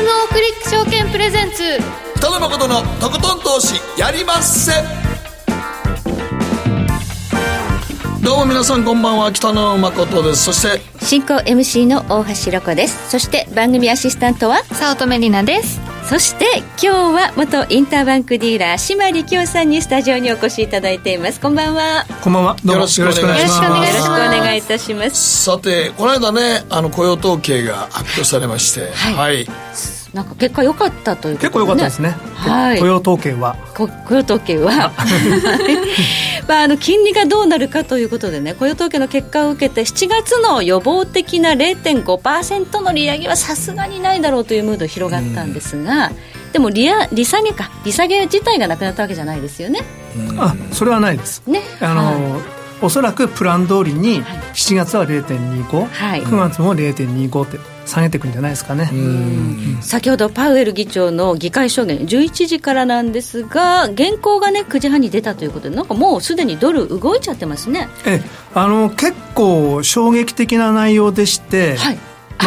クリック証券プレゼンツ北野誠のとことん投資やりまっせ。どうも皆さんこんばんは、北野誠です。そして進行 MC の大橋ロコです。そして番組アシスタントは早乙女里奈です。 そして今日は元インターバンクディーラー島力夫さんにスタジオにお越しいただいています。こんばんは。 こんばんは。どうもよろしくお願いします。 よろしくお願いいたします。 さてこの間ね雇用統計が発表されまして、 はい、 はい、 なんか結果良かったということで、ね、 結構良かったですね、 はい、 雇用統計は金利がどうなるかということでね、雇用統計の結果を受けて7月の予防的な 0.5% の利上げはさすがにないだろうというムード広がったんですが、でも利下げ自体がなくなったわけじゃないですよね。 それはないです、ね、おそらくプラン通りに7月は 0.25、はい、9月も 0.25 って下げていくんじゃないですかね。 先ほどパウエル議長の議会証言11時からなんですが、原稿がね9時半に出たということで、なんかもうすでにドル動いちゃってますね。 結構衝撃的な内容でして、はい、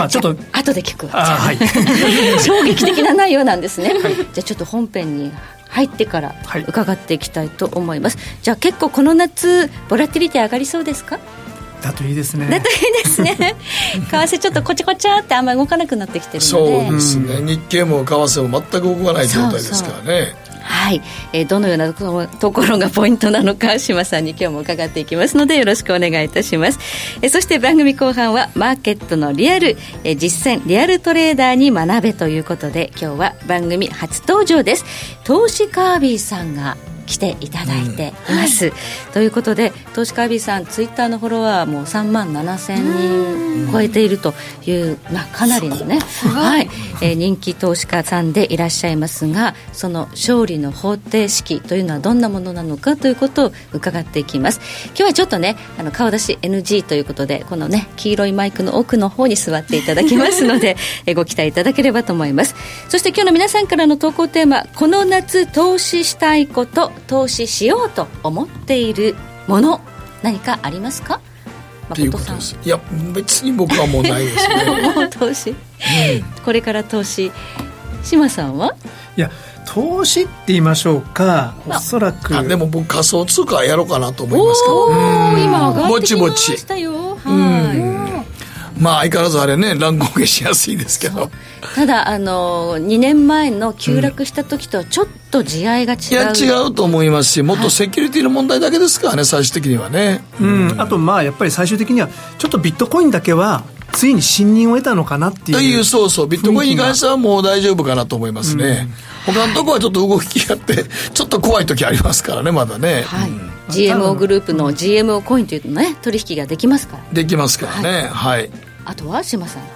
ちょっと後で聞くわ。はい、衝撃的な内容なんですね、はい、じゃあちょっと本編に入ってから伺っていきたいと思います、はい、じゃあ結構この夏ボラティリティ上がりそうですか？ だといいですね。 だといいですね。為替ちょっとこちゃこちゃってあんまり動かなくなってきてるので。 そうですね、日経も為替も全く動かない状態ですからね。 はい、どのようなところがポイントなのか島さんに今日も伺っていきますのでよろしくお願いいたします。そして番組後半はマーケットのリアル、実践リアルトレーダーに学べということで、今日は番組初登場です。投資カービィさんが来ていただいています、はい、ということで投資カービィさんツイッターのフォロワーも3万7000人超えているという、かなりのね、はい、人気投資家さんでいらっしゃいますが、その勝利の方程式というのはどんなものなのかということを伺っていきます。今日はちょっとね顔出し NG ということで、このね黄色いマイクの奥の方に座っていただきますのでご期待いただければと思います。そして今日の皆さんからの投稿テーマ、この夏投資したいこと、投資しようと思っているもの、何かありますか？ っていうことです。いや別に僕はもうないですね。 もう投資、これから投資。島さんは？ いや投資って言いましょうか、おそらくでも僕仮想通貨やろうかなと思いますけど、 今上がってきましたよ。 相変わらずあれね乱高下しやすいですけど、 ただ2年前の急落した時とちょっと地合いが違う、 いや違うと思いますし、もっとセキュリティの問題だけですからね、最終的にはね。 あとやっぱり最終的にはちょっとビットコインだけはついに信任を得たのかなっていうそうビットコインに関してはもう大丈夫かなと思いますね。他のところはちょっと動きがあってちょっと怖い時ありますからね、まだね。 はい、GMO グループの GMO コインというのね取引ができますから。 できますからね。はい。 あとは島さん。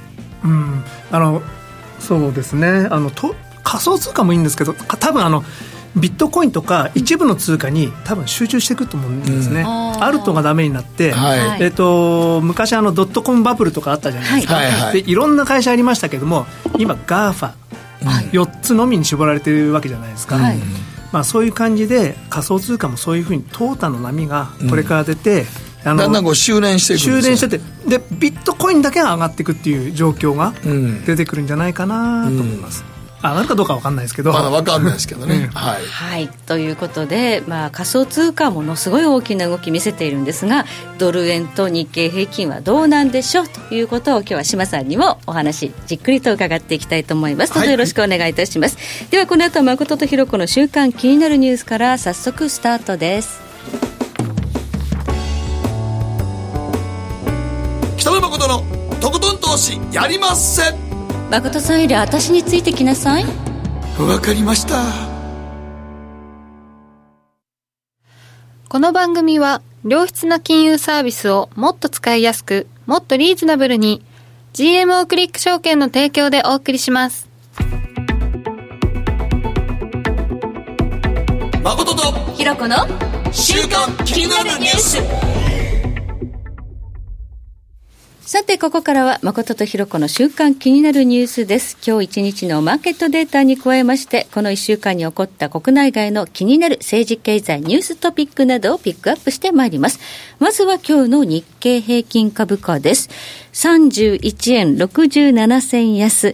そうですね、仮想通貨もいいんですけど、多分ビットコインとか一部の通貨に多分集中していくと思うんですね。アルトがダメになって、昔ドットコムバブルとかあったじゃないですか、でいろんな会社ありましたけども、今 GAFA4 つのみに絞られているわけじゃないですか、そういう感じで仮想通貨もそういうふうに淘汰の波がこれから出て、 だんだん修練していくんですよ。 修練してて、でビットコインだけが上がっていくっていう状況が出てくるんじゃないかなと思います、上がるかどうか分かんないですけど、 まだ分かんないですけどね。 はい、ということで、仮想通貨はものすごい大きな動き見せているんですが、ドル円と日経平均はどうなんでしょうということを今日は島さんにもお話じっくりと伺っていきたいと思います。どうぞよろしくお願いいたします、ではこの後誠とひろ子の週刊気になるニュースから早速スタートです。 北野誠のとことん投資やりまっせ。 誠さんより私についてきなさい。 わかりました。 この番組は良質な金融サービスをもっと使いやすく、もっとリーズナブルに GMO クリック証券の提供でお送りします。 誠とひろ子の週刊気になるニュース。 さてここからは誠とひろ子の週間気になるニュースです。今日一日のマーケットデータに加えまして、この1週間に起こった国内外の気になる政治経済ニューストピックなどをピックアップしてまいります。まずは今日の日経平均株価です。31円67銭安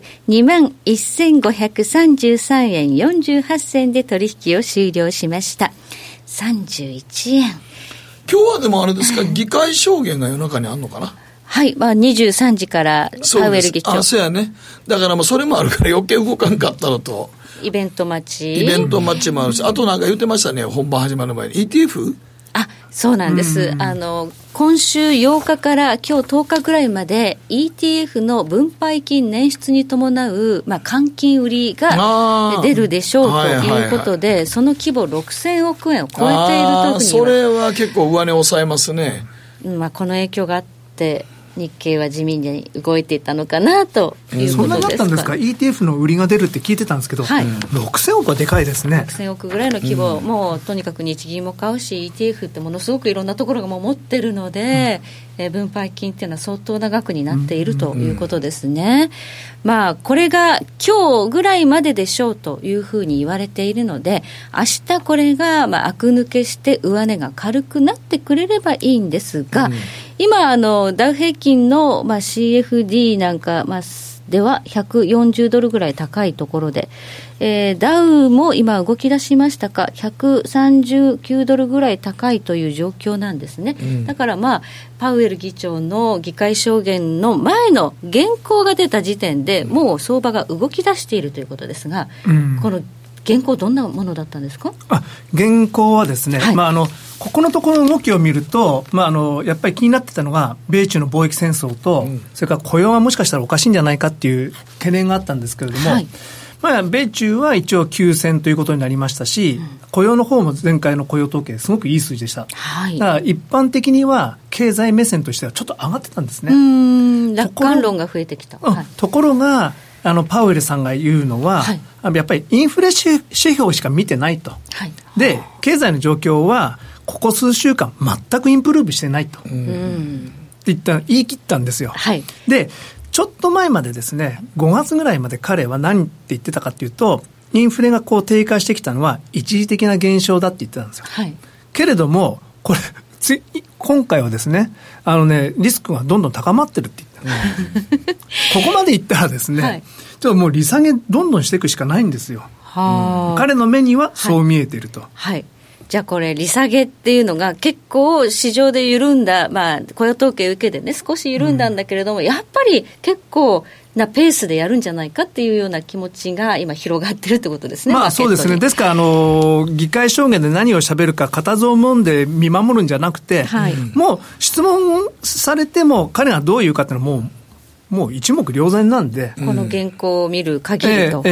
21,533 円48銭で取引を終了しました。31円。 今日はでもあれですか、議会証言が夜中にあるのかな。 はい、23時からパウエル議長。 そうやね。だからそれもあるから余計動かんかったのと、 イベント待ちもあるし、あとなんか言ってましたね、本番始まる前に ETF。 そうなんです。今週8日から今日10日ぐらいまで ETF の分配金捻出に伴う、換金売りが出るでしょうということで、その規模6000億円を超えているというふうに。 それは結構上値を抑えますね。 この影響があって日経は地味に動いていたのかなということですか。 そんなになったんですか。 ETF の売りが出るって聞いてたんですけど、6000億はでかいですね。 6000億ぐらいの規模、もうとにかく日銀も買うし ETF ってものすごくいろんなところがもう持ってるので、分配金っていうのは相当な額になっているということですね。これが今日ぐらいまででしょうというふうに言われているので、明日これが悪抜けして上値が軽くなってくれればいいんですが、今ダウ平均の、CFD なんか、では140ドルぐらい高いところで、ダウも今動き出しましたか、139ドルぐらい高いという状況なんですね。だからパウエル議長の議会証言の前の原稿が出た時点でもう相場が動き出しているということですが、この原稿どんなものだったんですか。 原稿はですね、ここのところの動きを見ると、やっぱり気になってたのが米中の貿易戦争と、それから雇用はもしかしたらおかしいんじゃないかっていう懸念があったんですけれども、米中は一応休戦ということになりましたし、雇用の方も前回の雇用統計すごくいい数字でした。だから一般的には経済目線としてはちょっと上がってたんですね。 楽観論が増えてきた。 ところがパウエルさんが言うのは、やっぱりインフレ指標しか見てないと、で経済の状況はここ数週間全くインプルーブしてないと言い切ったんですよ。でちょっと前までですね、5月ぐらいまで彼は何って言ってたかというと、インフレが低下してきたのは一時的な現象だって言ってたんですよ。けれどもこれ今回はですね、リスクがどんどん高まってるって言ったここまでいったらですね、ちょっともう利下げどんどんしていくしかないんですよ。彼の目にはそう見えていると。 じゃあこれ利下げっていうのが結構市場で緩んだ、雇用統計受けでね少し緩んだんだけれども、やっぱり結構なペースでやるんじゃないかっていうような気持ちが今広がってるってことですね。 そうですね。ですから議会証言で何を喋るか固唾を飲んで見守るんじゃなくて、もう質問されても彼がどう言うかっていうのはもう一目瞭然なんで、 この原稿を見る限りと、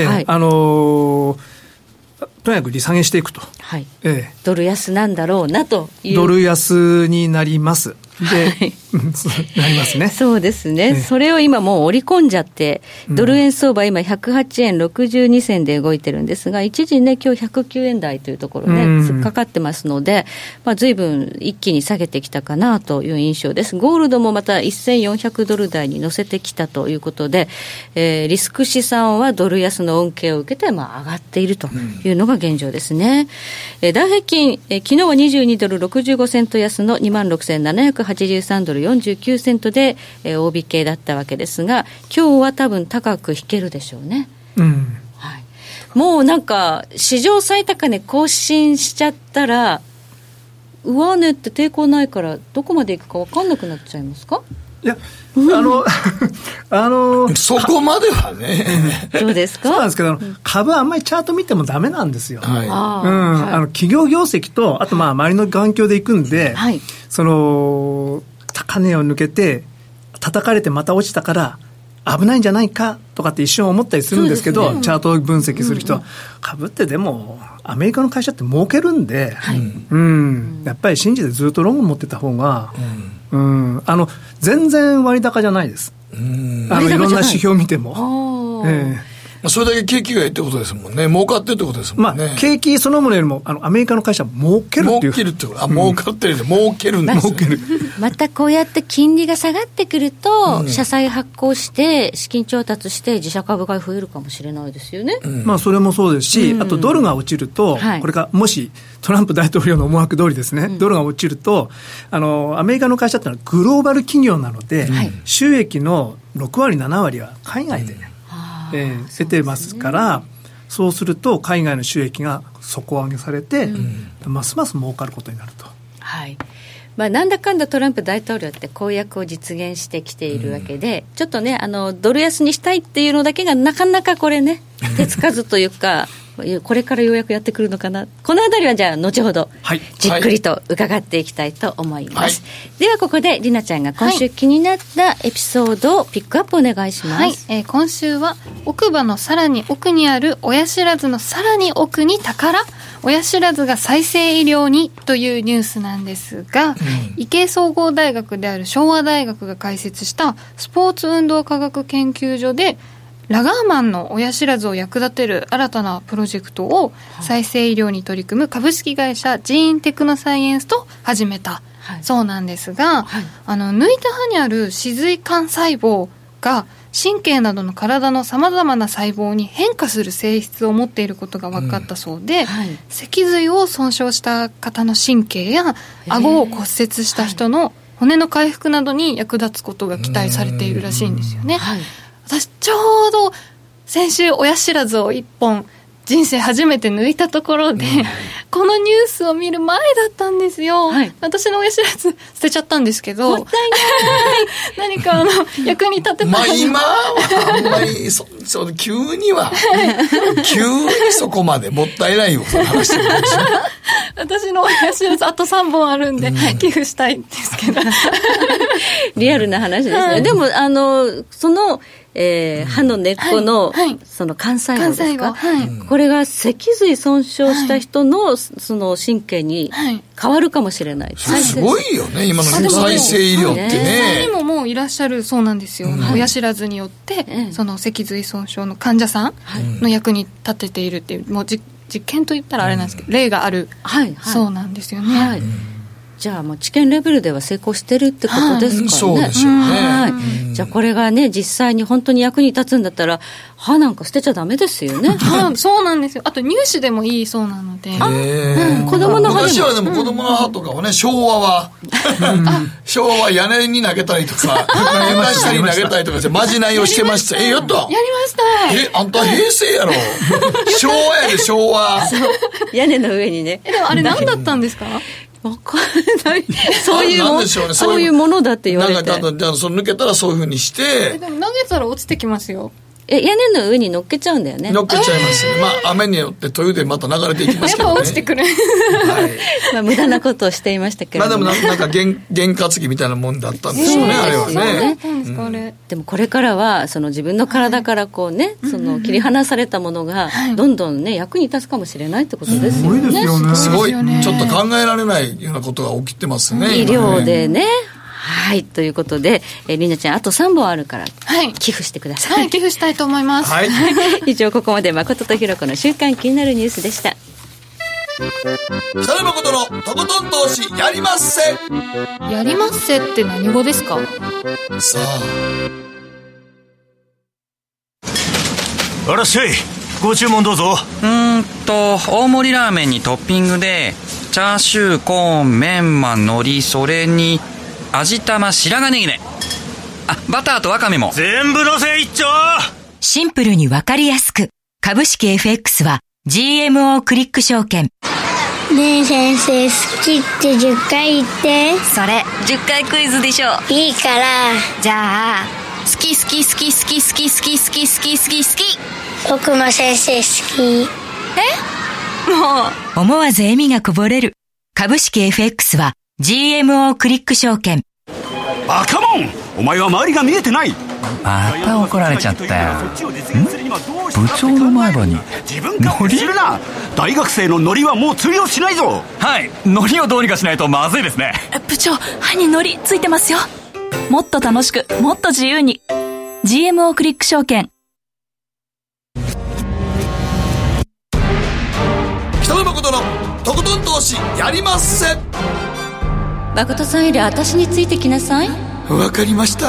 とにかく利下げしていくと、 ドル安なんだろうなという。 ドル安になりますで、なりますね。 そうですね、それを今もう織り込んじゃって、ドル円相場今108円62銭で動いてるんですが、一時ね今日109円台というところね突っかかってますので、随分一気に下げてきたかなという印象です。ゴールドもまた1400ドル台に乗せてきたということで、リスク資産はドル安の恩恵を受けて上がっているというのが現状ですね。ダウ平均、昨日は22ドル65セント安の 26,783 ドル49セントで、大引けだったわけですが、今日は多分高く引けるでしょうね。もうなんか史上最高値更新しちゃったら上値って抵抗ないからどこまでいくか分かんなくなっちゃいますか。 いやそこまではねどうですか。 そうなんですけど、株はあんまりチャート見てもダメなんですよ。企業業績とあと周りの環境でいくんで、その高値を抜けて叩かれてまた落ちたから危ないんじゃないかとかって一瞬思ったりするんですけど、チャートを分析する人は、株ってでもアメリカの会社って儲けるんで、やっぱり信じてずっとロング持ってた方が、全然割高じゃないです。いろんな指標見ても、 それだけ景気がいいってことですもんね。儲かってるってことですもんね。 景気そのものよりもアメリカの会社は儲けるっていう。 儲けるってこと。儲かってるんで儲けるんです、ね。儲ける。 またこうやって金利が下がってくると、社債発行して資金調達して自社株買い増えるかもしれないですよね。 それもそうですし、あとドルが落ちると、これがもしトランプ大統領の思惑通りですね、ドルが落ちるとアメリカの会社ってのはグローバル企業なので、収益の6割7割は海外で、出てますから、そうすると海外の収益が底上げされて、ますます儲かることになると。 なんだかんだトランプ大統領って公約を実現してきているわけで、ちょっとねドル安にしたいっていうのだけがなかなかこれね手つかずというかこれからようやくやってくるのかな。このあたりはじゃあ後ほどじっくりと伺っていきたいと思います、ではここでりなちゃんが今週気になったエピソードをピックアップお願いします。 今週は奥歯のさらに奥にある親知らずのさらに奥に宝、親知らずが再生医療にというニュースなんですが、医系総合大学である昭和大学が開設したスポーツ運動科学研究所でラガーマンの親知らずを役立てる新たなプロジェクトを再生医療に取り組む株式会社ジーンテクノサイエンスと始めた、そうなんですが、抜いた歯にある歯髄幹細胞が神経などの体のさまざまな細胞に変化する性質を持っていることが分かったそうで、脊髄を損傷した方の神経や顎を骨折した人の骨の回復などに役立つことが期待されているらしいんですよね。私ちょうど先週親知らずを1本人生初めて抜いたところで、このニュースを見る前だったんですよ、私の親知らず捨てちゃったんですけど、もったいない何か役に立てたら今はあんまり急にそこまでもったいないよ話してるでしょ私の親知らずあと3本あるんで、寄付したいんですけどリアルな話ですね、でもその歯の根っこの、その幹細胞ですか、これが脊髄損傷した人の、その神経に変わるかもしれない、 すごいよね今の再生医療ってね。 実際にもういらっしゃるそうなんですよ、親知らずによって、その脊髄損傷の患者さんの役に立てているっていう、もう実験といったらあれなんですけど、例がある、そうなんですよね、 じゃあもう治験レベルでは成功してるってことですかね。 そうですよね、 じゃあこれがね実際に本当に役に立つんだったら歯なんか捨てちゃダメですよねそうなんですよ。あと乳歯でもいいそうなので、 子供の歯でも昔はでも子供の歯とかはね、昭和は屋根に投げたりとか下に投げたりとかしてまじないをしてました。やった、 やりました。 あんた平成やろ昭和やで昭和屋根の上にね。 でもあれ何だったんですか分かんない。そういうものだって言われて、 その抜けたらそういうふうにして、 でも投げたら落ちてきますよ。 屋根の上に乗っけちゃうんだよね。 乗っけちゃいますね、雨によってというでまた流れていきますけどね。 やっぱ落ちてくる、 無駄なことをしていましたけれども、 でもなんか験担ぎみたいなもんだったんでしょうね、あれはね。 でもこれからはその自分の体からこうね、その切り離されたものがどんどんね役に立つかもしれないってことですよね。 すごい、ちょっと考えられないようなことが起きてますね、 医療でね。ということで、りなちゃんあと3本あるから寄付してください。 寄付したいと思います。 以上ここまで誠とひろ子の週刊気になるニュースでした。 北野誠のとことん投資やりまっせ。 やりまっせって何語ですか？ さあらっしゃい、ご注文どうぞ。 大盛りラーメンにトッピングでチャーシュー、コーン、メンマ、海苔、それに味玉、白髪ネギね。バターとワカメも全部のせ一丁。 シンプルにわかりやすく、株式 FX は GMO クリック証券。 ねえ先生、好きって10回言って。 それ10回クイズでしょ。 いいから。 じゃあ、好き好き好き好き好き好き好き好き好き好き。 僕も先生好き。 もう思わず笑みがこぼれる。株式 FX は GMO クリック証券。 バカモン、お前は周りが見えてない。 また怒られちゃったよ。部長の前歯に自分勝手するな。大学生のノリはもう通用しないぞ。 はい、ノリをどうにかしないとまずいですね。 部長、歯にノリついてますよ。もっと楽しく、もっと自由に GMO クリック証券。 北野誠のとことん投資やりまっせ。 誠さんより私についてきなさい。 わかりました。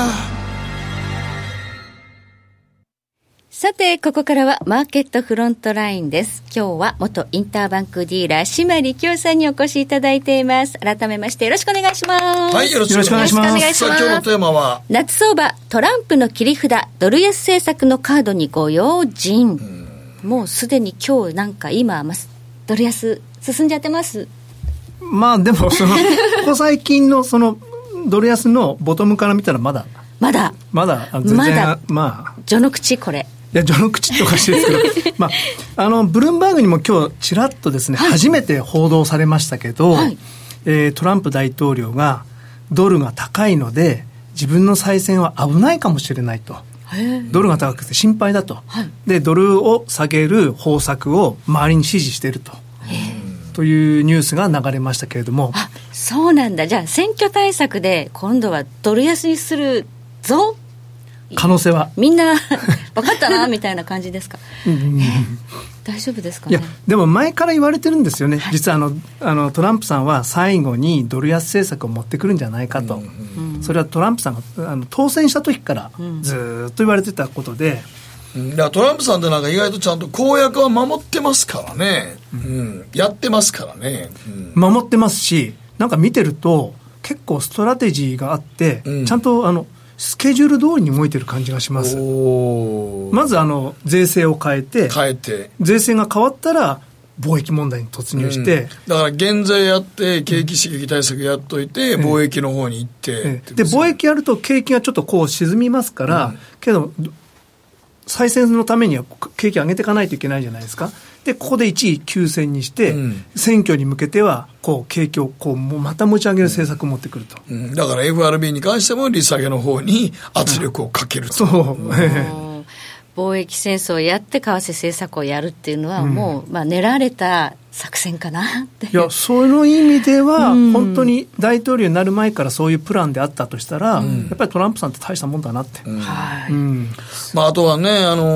さて、ここからはマーケットフロントラインです。今日は元インターバンクディーラー島利京さんにお越しいただいています。改めましてよろしくお願いします。 はい、よろしくお願いします。さあ、今日のテーマは夏相場トランプの切り札ドル安政策のカードにご用心。もうすでに今日なんか今ドル安進んじゃってます。 まあでもここ最近のそのドル安のボトムから見たらまだ全然まあ序の口これ。 いや序の口っておかしいですけど、まあブルームバーグにも今日ちらっとですね、はい、初めて報道されましたけど、はい、トランプ大統領がドルが高いので自分の再選は危ないかもしれないと。ドルが高くて心配だと、はい、でドルを下げる方策を周りに指示しているというニュースが流れましたけれども。 あ、そうなんだ。じゃあ選挙対策で今度はドル安にするぞ、 可能性はみんな分かったなみたいな感じですか。大丈夫ですかね。 いやでも前から言われてるんですよね、はい、実はトランプさんは最後にドル安政策を持ってくるんじゃないかと、それはトランプさんが当選した時からずっと言われてたことで、 だからトランプさんってなんか意外とちゃんと公約は守ってますからね、やってますからね、 守ってますし、なんか見てると結構ストラテジーがあって、ちゃんとスケジュール通りに動いてる感じがします。まず税制を変えて税制が変わったら貿易問題に突入して、 だから減税やって景気刺激対策やっといて、貿易の方に行って、 で貿易やると景気がちょっとこう沈みますから、けど再選のためには景気上げていかないといけないじゃないですか。でここで一位休戦にして、選挙に向けてはこう景気をこうもうまた持ち上げる政策を持ってくると、 だから FRB に関しても利下げの方に圧力をかけると、 そう、 貿易戦争をやって為替政策をやるっていうのはもう、練られた作戦かなっていう。 いやその意味では、本当に大統領になる前からそういうプランであったとしたら、やっぱりトランプさんって大したもんだなって、 あとはね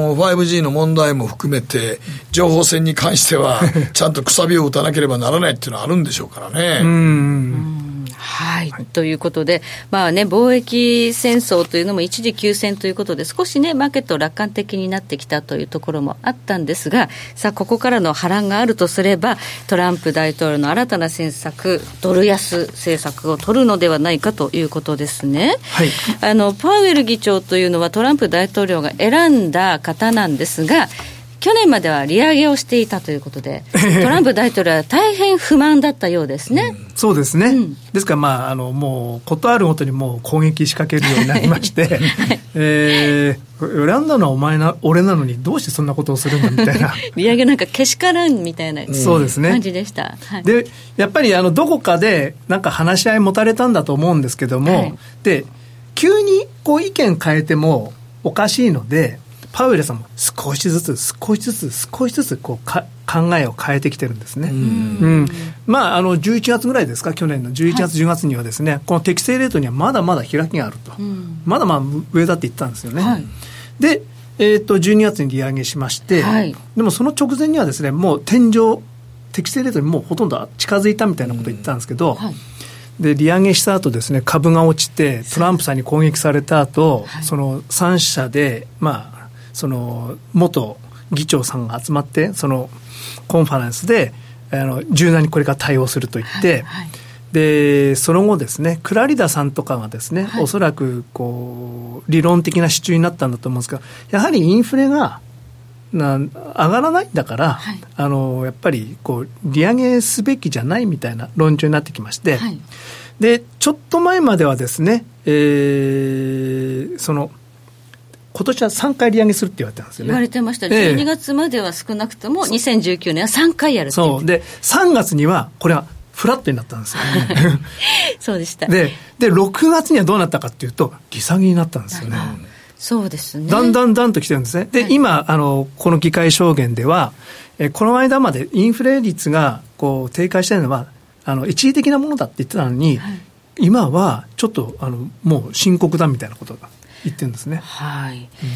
5G の問題も含めて情報戦に関してはちゃんとくさびを打たなければならないっていうのはあるんでしょうからね。 はい、ということで、貿易戦争というのも一時休戦ということで少しねマーケット楽観的になってきたというところもあったんですが、さあここからの波乱があるとすればトランプ大統領の新たな政策ドル安政策を取るのではないかということですね。はい、パウエル議長というのはトランプ大統領が選んだ方なんですが、去年までは利上げをしていたということでトランプ大統領は大変不満だったようですね。 そうですね、ですからもうことあるごとにもう攻撃仕掛けるようになりまして、選んだのは俺なのにどうしてそんなことをするんだみたいな利上げなんかけしからんみたいな感じでした。 でやっぱりどこかでなんか話し合い持たれたんだと思うんですけども、で急にこう意見変えてもおかしいのでパウエルさんも少しずつこう考えを変えてきてるんですね。11月ぐらいですか、去年の11月、10月にはですね、この適正レートにはまだまだ開きがあると、まだまだ上だって言ったんですよね。で、12月に利上げしまして、でもその直前にはですね、もう天井適正レートにもうほとんど近づいたみたいなことを言ったんですけど、で利上げした後ですね、株が落ちてトランプさんに攻撃された後、その3社でその元議長さんが集まってそのコンファレンスで柔軟にこれから対応すると言って、でその後ですねクラリダさんとかがですね、おそらくこう理論的な支柱になったんだと思うんですが、やはりインフレが上がらないんだから、やっぱりこう利上げすべきじゃないみたいな論調になってきまして、でちょっと前まではですね、今年は3回利上げするって言われてたんですよね。 言われてました。12月までは少なくとも2019年は3回やるって。 そうで3月にはこれはフラットになったんですよそうでした。 で6月にはどうなったかっていうと利下げになったんですよね。 そうですね。 だんだんと来てるんですね。で、今この議会証言では、この間までインフレ率がこう低下しているのは一時的なものだって言ってたのに、今はちょっともう深刻だみたいなことが言ってるんですね。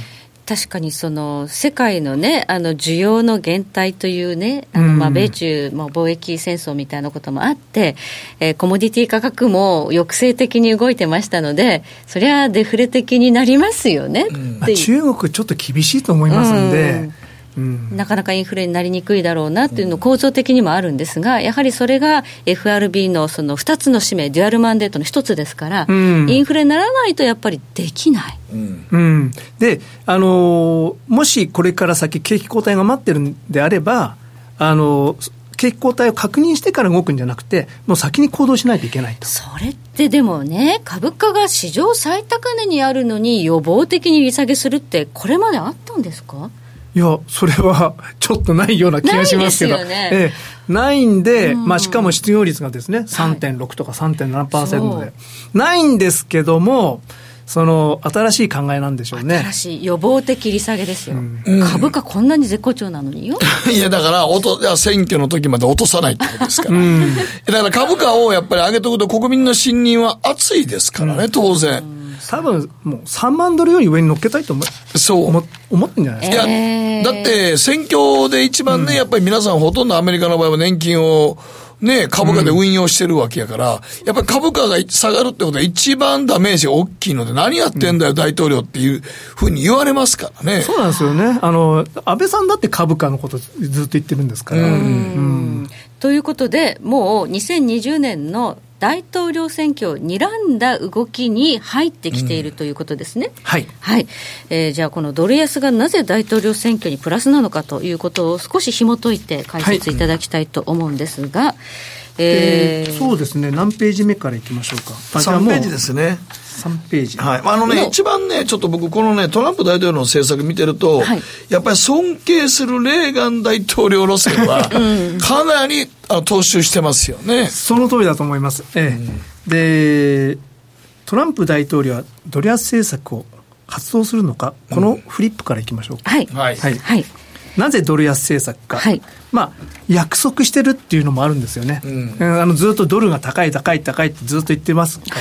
確かにその世界のね、需要の減退というね、米中貿易戦争みたいなこともあって、コモディティ価格も抑制的に動いてましたので、そりゃデフレ的になりますよね、 中国ちょっと厳しいと思いますんで、 なかなかインフレになりにくいだろうなというの構造的にもあるんですが、やはりそれが FRB のその2つの使命、デュアルマンデートの1つですから、インフレにならないとやっぱりできない、 で、もしこれから先景気後退が待ってるんであれば、景気後退を確認してから動くんじゃなくて、もう先に行動しないといけないと。 それってでもね、株価が史上最高値にあるのに予防的に利下げするってこれまであったんですか？ いや、それはちょっとないような気がしますけど、ないんで、しかも失業率がですね、3.6 とか 3.7% で、ないんですけども、その新しい考えなんでしょうね。 新しい予防的利下げですよ、株価こんなに絶好調なのによいやだから選挙の時まで落とさないってことですから、だから株価をやっぱり上げとくと国民の信任は厚いですからね、当然多分もう3万ドルより上に乗っけたいと思ってんじゃないですか。 いやだって選挙で一番ね、やっぱり皆さんほとんどアメリカの場合は年金をね、株価で運用してるわけやから、やっぱり株価が下がるってことは一番ダメージが大きいので、何やってんだよ、大統領っていうふうに言われますからね。 そうなんですよね。安倍さんだって株価のことずっと言ってるんですから。 ということで、もう2020年の大統領選挙を睨んだ動きに入ってきているということですね。 はい。 じゃあこのドル安がなぜ大統領選挙にプラスなのかということを少し紐解いて解説いただきたいと思うんですが、 そうですね、何ページ目からいきましょうか。 3ページですね。 3ページ。 一番ね、ちょっと僕このね、トランプ大統領の政策見てると、やっぱり尊敬するレーガン大統領路線は、かなり踏襲してますよね。 その通りだと思います。で、トランプ大統領はドル安政策を発動するのか、このフリップからいきましょうか。なぜドル安政策か。約束してるっていうのもあるんですよね。ずっとドルが高いってずっと言ってますから。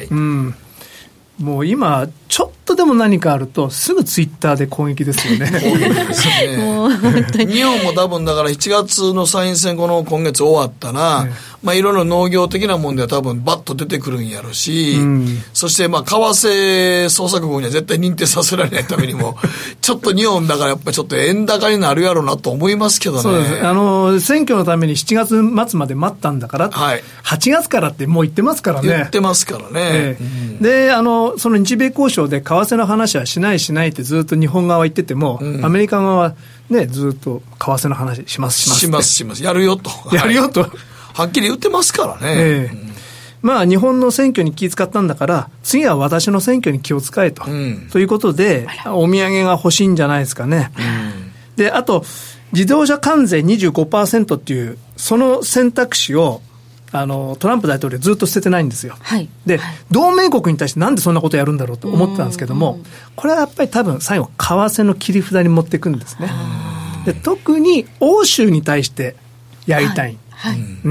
もう今ちょっとでも何かあるとすぐツイッターで攻撃ですよね。 もう本当に日本も多分だから7月の参院選今月終わったら、いろいろ農業的なもんでは多分バッと出てくるんやろし、そして為替操作国には絶対認定させられないためにもちょっと日本だからやっぱりちょっと円高になるやろうなと思いますけどね。 そうです。選挙のために7月末まで待ったんだから、8月からってもう言ってますからね。 言ってますからね。 でその日米交渉で為替の話はしないってずっと日本側は言ってても、アメリカ側はね、ずっと為替の話しますやるよとはっきり言ってますからね。 日本の選挙に気を使ったんだから次は私の選挙に気を使えと、ということでお土産が欲しいんじゃないですかね。で、あと自動車関税 25% っていうその選択肢をトランプ大統領ずっと捨ててないんですよ。で、同盟国に対してなんでそんなことやるんだろうと思ってたんですけども、これはやっぱり多分最後為替の切り札に持っていくんですね。で、特に欧州に対してやりたい。ち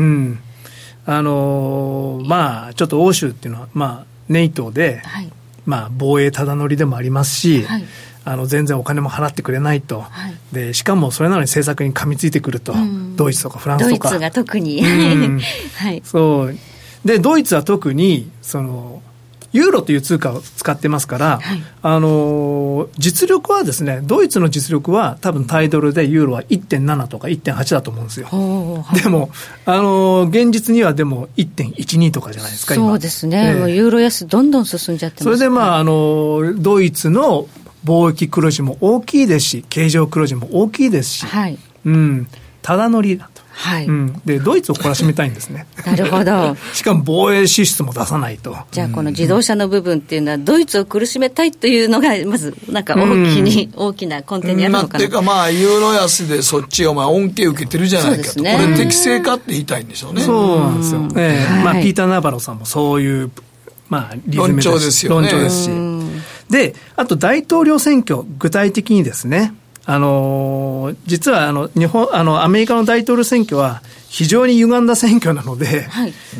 ょっと欧州っていうのはNATOで、防衛ただ乗りでもありますし、全然お金も払ってくれないと、でしかもそれなのに政策に噛みついてくると、ドイツとかフランスとか、 ドイツが特に、 そうで、ドイツは特にそのユーロという通貨を使ってますから、実力はですね、ドイツの実力は多分対ドルでユーロは 1.7 とか 1.8 だと思うんですよ。でも現実にはでも 1.12 とかじゃないですか。 そうですね、もうユーロ安どんどん進んじゃってます。 それでドイツの貿易黒字も大きいですし、経常黒字も大きいですし、ただ乗りだと。でドイツを懲らしめたいんですね。 なるほど。 しかも防衛支出も出さないと。 じゃあこの自動車の部分っていうのはドイツを苦しめたいというのがまずなんか大きな根底にあるのかな。 っていうかユーロ安でそっちを恩恵受けてるじゃないかと、これ適正かって言いたいんでしょうね。 そうなんですよ。ピーター・ナバロさんもそういう論調ですよね。 論調ですし。で、あと大統領選挙、具体的にですね、実はアメリカの大統領選挙は非常に歪んだ選挙なので、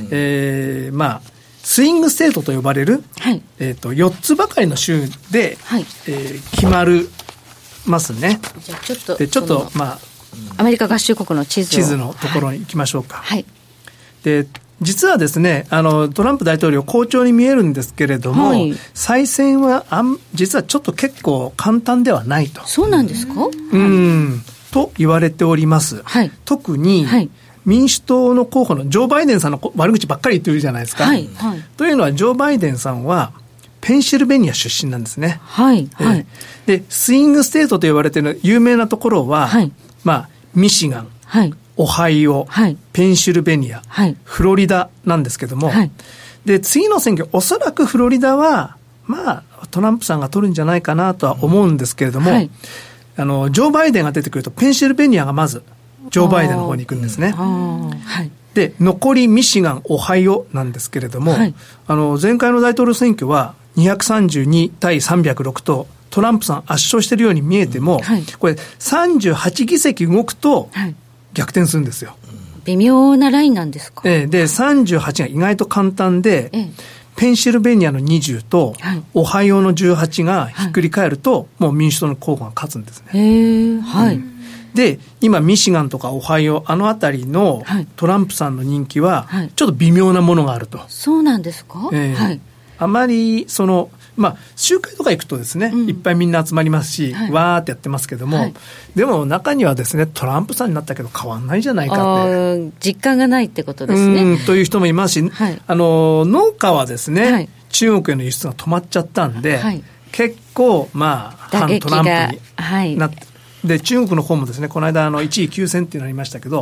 スイングステートと呼ばれる、4つばかりの州で、決まるますね。 じゃあちょっとアメリカ合衆国の地図のところに行きましょうか。 はい。 で、実はですね、トランプ大統領好調に見えるんですけれども、はい、再選は実はちょっと結構簡単ではないと。 そうなんですか？ と言われております。 はい、 特に、はい、民主党の候補のジョー・バイデンさんの悪口ばっかり言ってるじゃないですか。 はいはい、 というのは、ジョー・バイデンさんはペンシルベニア出身なんですね。 はいはい、 でスイングステートと言われている有名なところは、はい、ミシガン、はい、オハイオ、はい、ペンシルベニア、はい、フロリダなんですけども、はい、で次の選挙おそらくフロリダはトランプさんが取るんじゃないかなとは思うんですけれども、はい、ジョー・バイデンが出てくるとペンシルベニアがまずジョー・バイデンの方に行くんですね。はい、で残りミシガン、オハイオなんですけれども、はい、前回の大統領選挙は232対306とトランプさん圧勝しているように見えても、はい、これ38議席動くと逆転するんですよ。 微妙なラインなんですか？ で38が意外と簡単で、ペンシルベニアの20と、はい、オハイオの18がひっくり返ると、はい、もう民主党の候補が勝つんですね。 はい、 で今ミシガンとかオハイオあたりのトランプさんの人気はちょっと微妙なものがあると。 そうなんですか？はい、 あまり集会とか行くとですね、いっぱいみんな集まりますし、はい、わーってやってますけども、はい、でも中にはですねトランプさんになったけど変わんないじゃないかって実感がないってことですね。 という人もいますし、はい、農家はですね、はい、中国への輸出が止まっちゃったんで、はい、結構反トランプになって、で中国の方もですねこの間一位休戦っていうのありましたけど、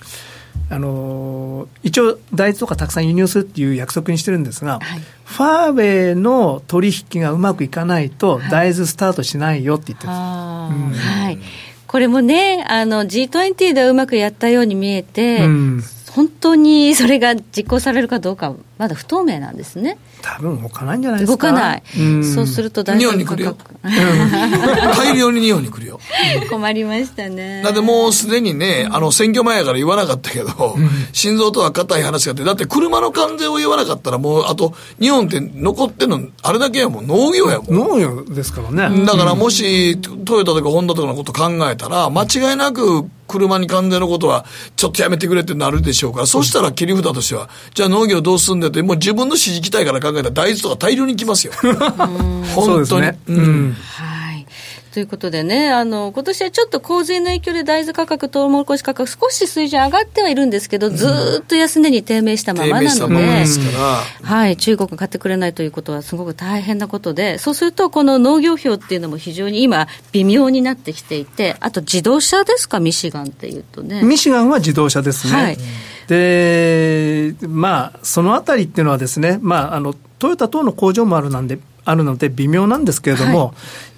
一応大豆とかたくさん輸入するっていう約束にしてるんですが、はい、ファーウェイの取引がうまくいかないと大豆スタートしないよって言ってるんです、 はい、これもねG20 ではうまくやったように見えて、本当にそれが実行されるかどうかまだ不透明なんですね。 多分動かないんじゃないですか。 動かない。そうすると大豆の価格大量に日本に来るよ。 困りましたね。 だってもうすでにね、選挙前やから言わなかったけど、心臓とは固い話があって、だって車の関税を言わなかったらもうあと日本って残ってんのあれだけやもん、農業やもん。 農業ですからね。 だからもしトヨタとかホンダとかのこと考えたら間違いなく車に関税のことはちょっとやめてくれってなるでしょうから、そしたら切り札としてはじゃあ農業どうすんだって、もう自分の支持基体から考えたら大豆とか大量に来ますよ。本当に、 はい。ということでね、今年はちょっと洪水の影響で大豆価格、トウモロコシ価格少し水準上がってはいるんですけど、ずっと安値に低迷したままなので、はい、中国が買ってくれないということはすごく大変なことで、そうするとこの農業票っていうのも非常に今微妙になってきていて、あと自動車ですか、ミシガンっていうとね。 ミシガンは自動車ですね。はい、でそのあたりっていうのはですね、トヨタ等の工場もあるので微妙なんですけれども、はい、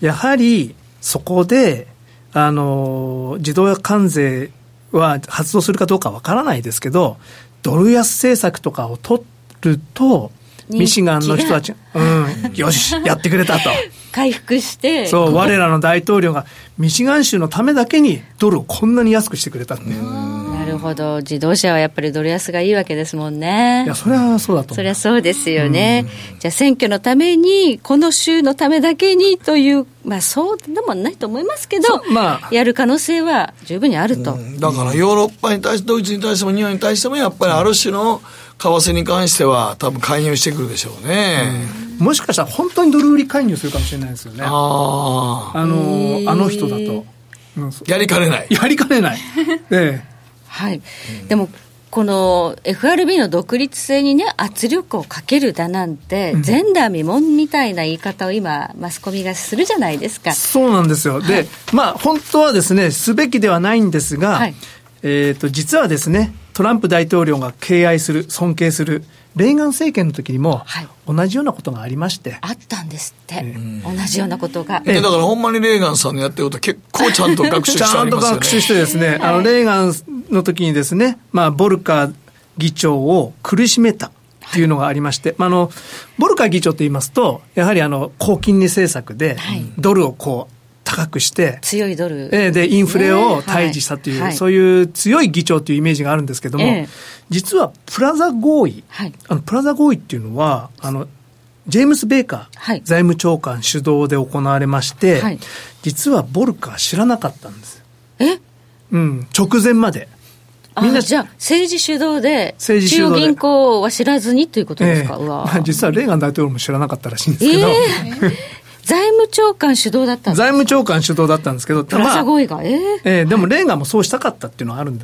やはりそこで自動車関税は発動するかどうかわからないですけど、ドル安政策とかを取るとミシガンの人たち、よしやってくれたと回復して、 そう我らの大統領がミシガン州のためだけにドルをこんなに安くしてくれたって。 なるほど。自動車はやっぱりドル安がいいわけですもんね。 いやそれはそうだと思う。 それはそうですよね。じゃあ選挙のためにこの州のためだけにという、そうでもないと思いますけど、やる可能性は十分にあると。 だからヨーロッパに対してドイツに対しても日本に対してもやっぱりある種の為替に関しては多分介入してくるでしょうね。 もしかしたら本当にドル売り介入するかもしれないですよね。あの人だと、 やりかねないはい、でもこの FRB の独立性にね圧力をかけるだなんて、前代未聞みたいな言い方を今マスコミがするじゃないですか。 そうなんですよ。で、本当はですねすべきではないんですが、実はですねトランプ大統領が敬愛する尊敬するレーガン政権の時にも同じようなことがありまして、 あったんですって、同じようなことが、 だからほんまにレーガンさんのやってること結構ちゃんと学習してありますよね。ちゃんと学習してですね、 レーガンの時にですね、ボルカー議長を苦しめたっていうのがありまして、ボルカー議長と言いますとやはり高金利政策でドルを高くして強いドルでインフレを退治したという、そういう強い議長というイメージがあるんですけども、実はプラザ合意、プラザ合意っていうのはジェームス・ベーカー、財務長官主導で行われまして、実はボルカー知らなかったんです。直前まで。 みんなじゃあ政治主導で中央銀行は知らずにということですか。 実はレーガン大統領も知らなかったらしいんですけど、 財務長官主導だったんですか。 財務長官主導だったんですけど、 プラザ合意が、 でもレーガンもそうしたかったっていうのはあるんで、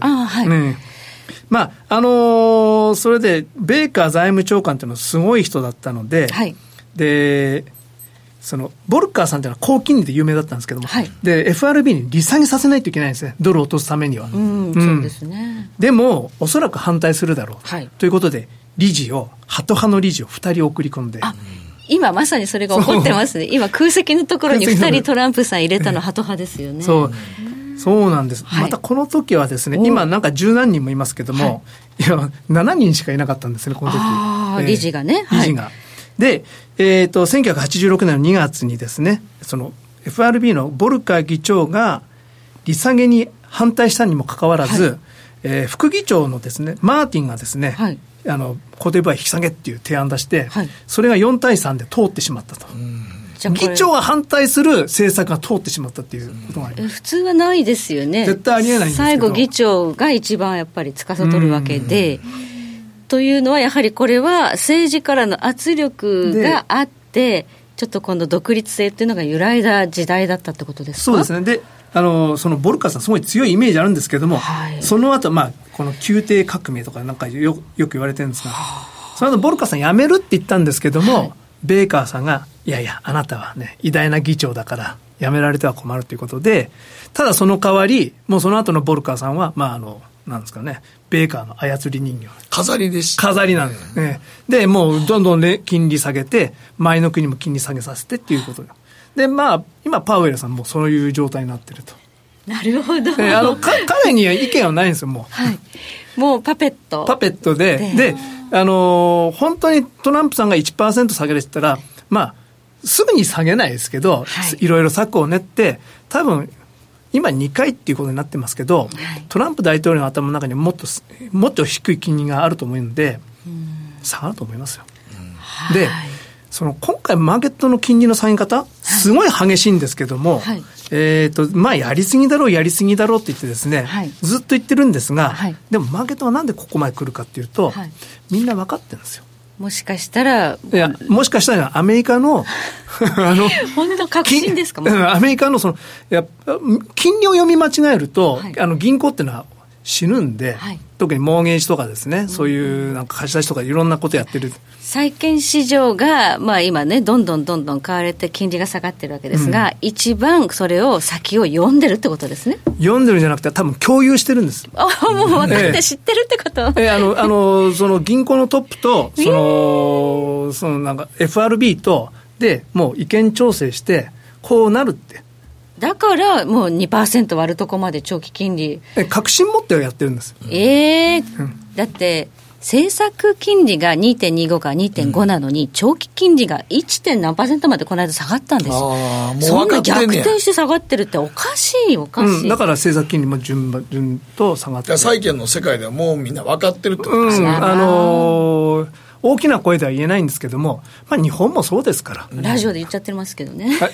それでベーカー財務長官っていうのはすごい人だったので、でそのボルカーさんっていうのは高金利で有名だったんですけども、で FRB に利下げさせないといけないんですね、ドルを落とすためには。 そうですね。 でもおそらく反対するだろう、ということで理事をハト派の理事を2人送り込んで、 今まさにそれが起こってますね。今空席のところに2人トランプさん入れたのハト派ですよね。 そうなんです、またこの時はですね、今なんか十何人もいますけども、いや7人しかいなかったんですね、この時。 理事がね。 理事が。で、1986年の2月にですね、その FRB のボルカー議長が利下げに反対したにもかかわらず、副議長のですね、マーティンがですね、コートディボワ引き下げっていう提案を出して、それが4対3で通ってしまったと。議長が反対する政策が通ってしまったっていうことがあります。 普通はないですよね。 絶対ありえないんですけど、 最後議長が一番やっぱり司るわけで、というのはやはりこれは政治からの圧力があってちょっと今度独立性っていうのが揺らいだ時代だったってことですか。 そうですね。でそのボルカーさんすごい強いイメージあるんですけども、その後この宮廷革命とかなんかよく言われてるんですが、その後ボルカーさん辞めるって言ったんですけども、ベーカーさんがいやいやあなたはね偉大な議長だから辞められては困るということで、ただその代わりもうその後のボルカーさんはなんですかね、ベーカーの操り人形。 飾りでした。 飾りなんですね。で、もうどんどん金利下げて、前の国も金利下げさせてっていうことで。で、今パウエルさんもそういう状態になってると。 なるほど。 彼には意見はないんですよ、もう。もうパペット。 パペットで、本当にトランプさんが 1% 下げるって言ったら、すぐに下げないですけど、いろいろ策を練って、多分、今2回っていうことになってますけど、トランプ大統領の頭の中にもっと低い金利があると思うので、下がると思いますよ。で、今回マーケットの金利の下げ方、すごい激しいんですけども、やりすぎだろうって言ってですね、ずっと言ってるんですが、でもマーケットはなんでここまで来るかっていうと、みんな分かってるんですよ。 もしかしたらアメリカの本当確信ですか。 アメリカの金利を読み間違えると、銀行っていうのは死ぬんで、特にモーゲージとかですね、そういうなんか貸し出しとかいろんなことやってる。 債券市場が、今ねどんどん買われて金利が下がってるわけですが、一番それを先を読んでるってことですね。 読んでるんじゃなくて多分共有してるんです。 もう分かって知ってるってこと。 その銀行のトップとそのなんか FRB とでもう意見調整してこうなるって。 だからもう 2% 割るとこまで長期金利確信持ってやってるんです。 だって政策金利が 2.25 から 2.5 なのに、長期金利が 1. 点何%までこの間下がったんですよ。そんな逆転して下がってるっておかしい。 だから政策金利も順と下がってる。 債券の世界ではもうみんな分かってるってことですね。 大きな声では言えないんですけども、日本もそうですから。 ラジオで言っちゃってますけどね。 い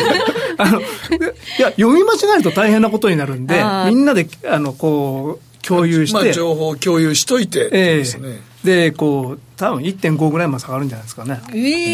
や読み間違えると大変なことになるんで、みんなで共有して、 情報を共有しといてですね。 で多分 1.5 ぐらいまで下がるんじゃないですかね。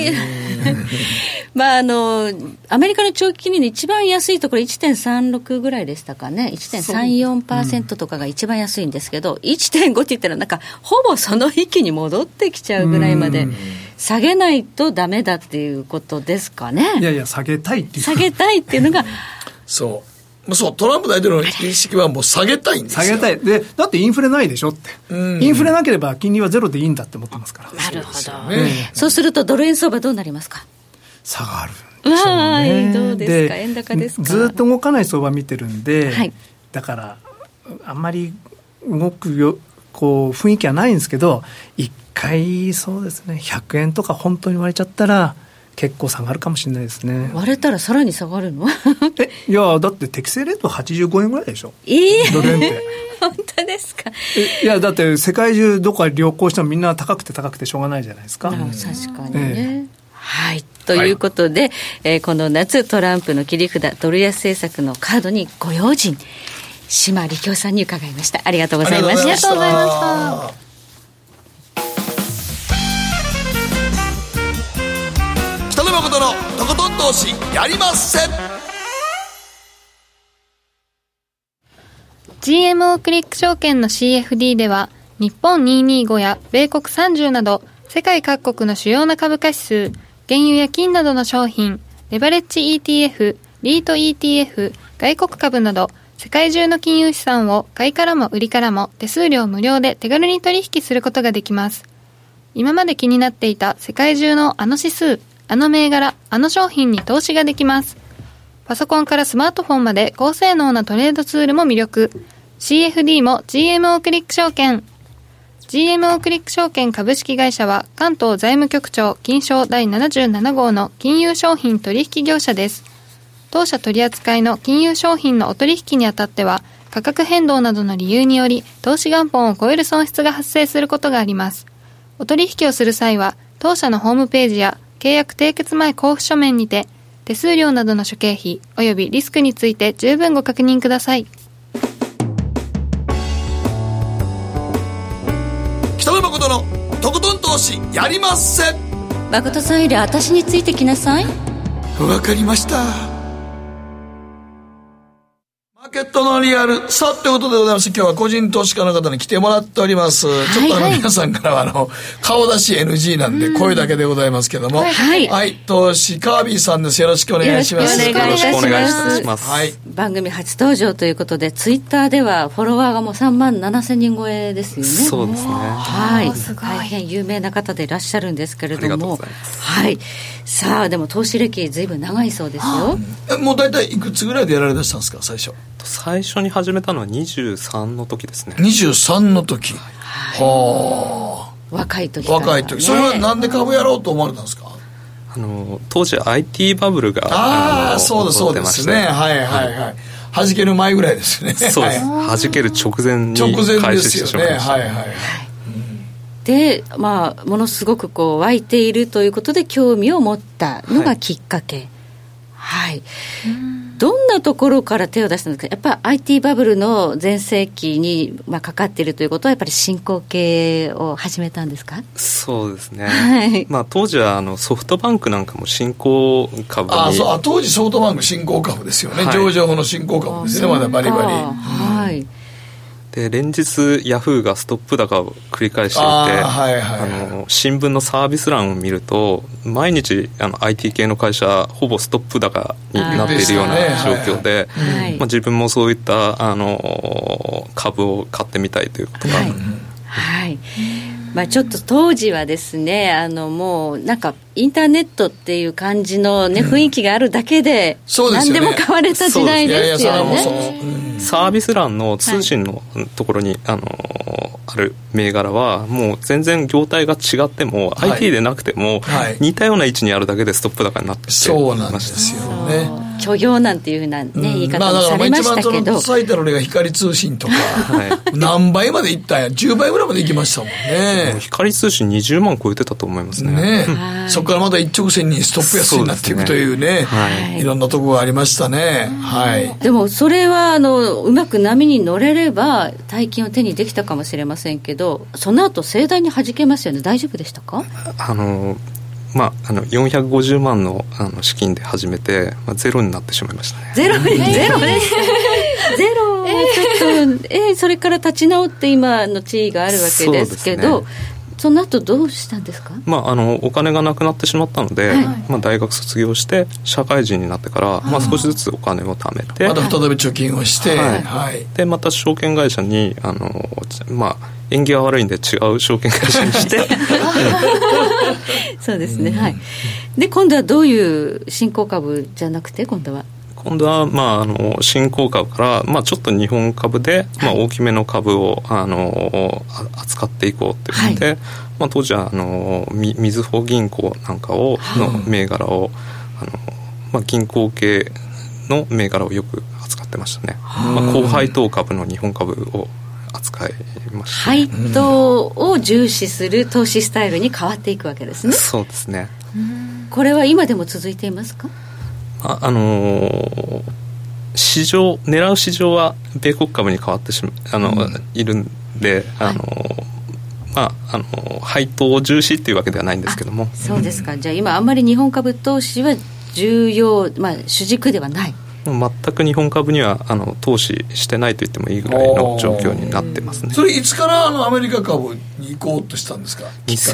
アメリカの長期金利の一番安いところ 1.36 ぐらいでしたかね。 1.34% とかが一番安いんですけど、1.5 って言ったらなんかほぼその域に戻ってきちゃうぐらいまで下げないとダメだっていうことですかね。 いや下げたいっていうのがそうトランプ大統領の意識はもう下げたいんですよ。 下げたい。でだってインフレないでしょって、インフレなければ金利はゼロでいいんだって思ってますから。 なるほど、そうするとドル円相場どうなりますか。 下がるんでしょうね。 どうですか。円高ですか。 ずっと動かない相場見てるんで、だからあんまり動く雰囲気はないんですけど、一回そうですね100円とか本当に割れちゃったら結構下がるかもしれないですね。 割れたらさらに下がるの？ いやだって適正レートは85円ぐらいでしょ。ドル円って本当ですか。 いやだって世界中どこか旅行してもみんな高くてしょうがないじゃないですか。 確かにね。 はい、ということで、この夏トランプの切り札ドル安政策のカードにご用心、島力夫さんに伺いました。ありがとうございました。 ありがとうございました。 北野誠のとことん投資やりまっせ。 GMO クリック証券の CFD では日本225や米国30など世界各国の主要な株価指数、原油や金などの商品、レバレッジ ETF、リート ETF、外国株など世界中の金融資産を買いからも売りからも手数料無料で手軽に取引することができます。今まで気になっていた世界中のあの指数、あの銘柄、あの商品に投資ができます。パソコンからスマートフォンまで高性能なトレードツールも魅力。CFD も GMO クリック証券。GMO クリック証券株式会社は関東財務局長金商第77号の金融商品取引業者です。当社取扱いの金融商品のお取引にあたっては価格変動などの理由により投資元本を超える損失が発生することがあります。お取引をする際は当社のホームページや契約締結前交付書面にて手数料などの諸経費及びリスクについて十分ご確認ください。 北野誠のとことん投資やりまっせ。 誠さんより私についてきなさい。 わかりました。マーケットのリアル。さあ、ということでございまして、今日は個人投資家の方に来てもらっております。ちょっと皆さんからは顔出し NG なんで声だけでございますけども。はい。投資カービィさんです。よろしくお願いします。 よろしくお願いします。 はい。 番組初登場ということで、ツイッターではフォロワーがもう37000人超えですよね。 そうですね。 はい。大変有名な方でいらっしゃるんですけれども。はい。さあ、でも投資歴ずいぶん長いそうですよ。 もう大体いくつぐらいでやられだしたんですか、最初。 最初に始めたのは23の時ですね。 23の時。はあ。若い時から、ね。 若い時。それはなんで株やろうと思われたんですか？ 当時 IT バブルがそうですね。はいはいはい。弾ける前ぐらいですね。 そうです。弾ける直前に開始してしまいました。 はいはいはい。 で、まあ、ものすごく湧いているということで興味を持ったのがきっかけ。はい。どんなところから手を出したんですか？やっぱり IT バブルの全盛期にかかっているということはやっぱり新興系を始めたんですか？ そうですね。はい。当時はソフトバンクなんかも新興株に。 当時ソフトバンク新興株ですよね。はい、上場の新興株ですね。まだバリバリ。 はい。 で連日ヤフーがストップ高を繰り返していて、はいはい、新聞のサービス欄を見ると毎日IT 系の会社ほぼストップ高になっているような状況で、自分もそういった株を買ってみたいということが、 はいちょっと当時はですねもうなんかインターネットっていう感じの、ね雰囲気があるだけで何でも買われた時代ですよね。 サービス欄の通信のところに、ある銘柄はもう全然業態が違っても、IT でなくても、似たような位置にあるだけでストップ高になってました。 そうなんですよね。 虚業なんていうふうな、言い方もされましたけど、 一番最たの例が光通信とか、何倍までいったんや、10倍ぐらいまでいきましたもんね。 光通信20万超えてたと思いますね。 そこからまた一直線にストップ安になっていくというね、いろんなところがありましたね。 でもそれはうまく波に乗れれば大金を手にできたかもしれませんけど、その後盛大に弾けますよね。大丈夫でしたか ？450万の資金で始めて、ゼロになってしまいましたね。 ゼロですゼロちょっと、それから立ち直って今の地位があるわけですけど、その後どうしたんですか？ お金がなくなってしまったので、大学卒業して社会人になってから、少しずつお金を貯めて、 また再び貯金をして、 でまた証券会社に縁起が悪いんで違う証券会社にしてそうですね、で今度はどういう新興株じゃなくて今度は新興株から、ちょっと日本株で、大きめの株を扱っていこうということで、当時はみずほ銀行なんかの銘柄を銀行系の銘柄をよく扱ってましたね。高配当株の日本株を扱いました。 配当を重視する投資スタイルに変わっていくわけですね。 そうですね。 これは今でも続いていますか？ 市場狙う市場は米国株に変わっているんで、配当重視っていうわけではないんですけども。 そうですか。じゃあ今あんまり日本株投資は重要、主軸ではない。 全く日本株には投資してないと言ってもいいぐらいの状況になってますね。 それいつからアメリカ株に行こうとしたんですか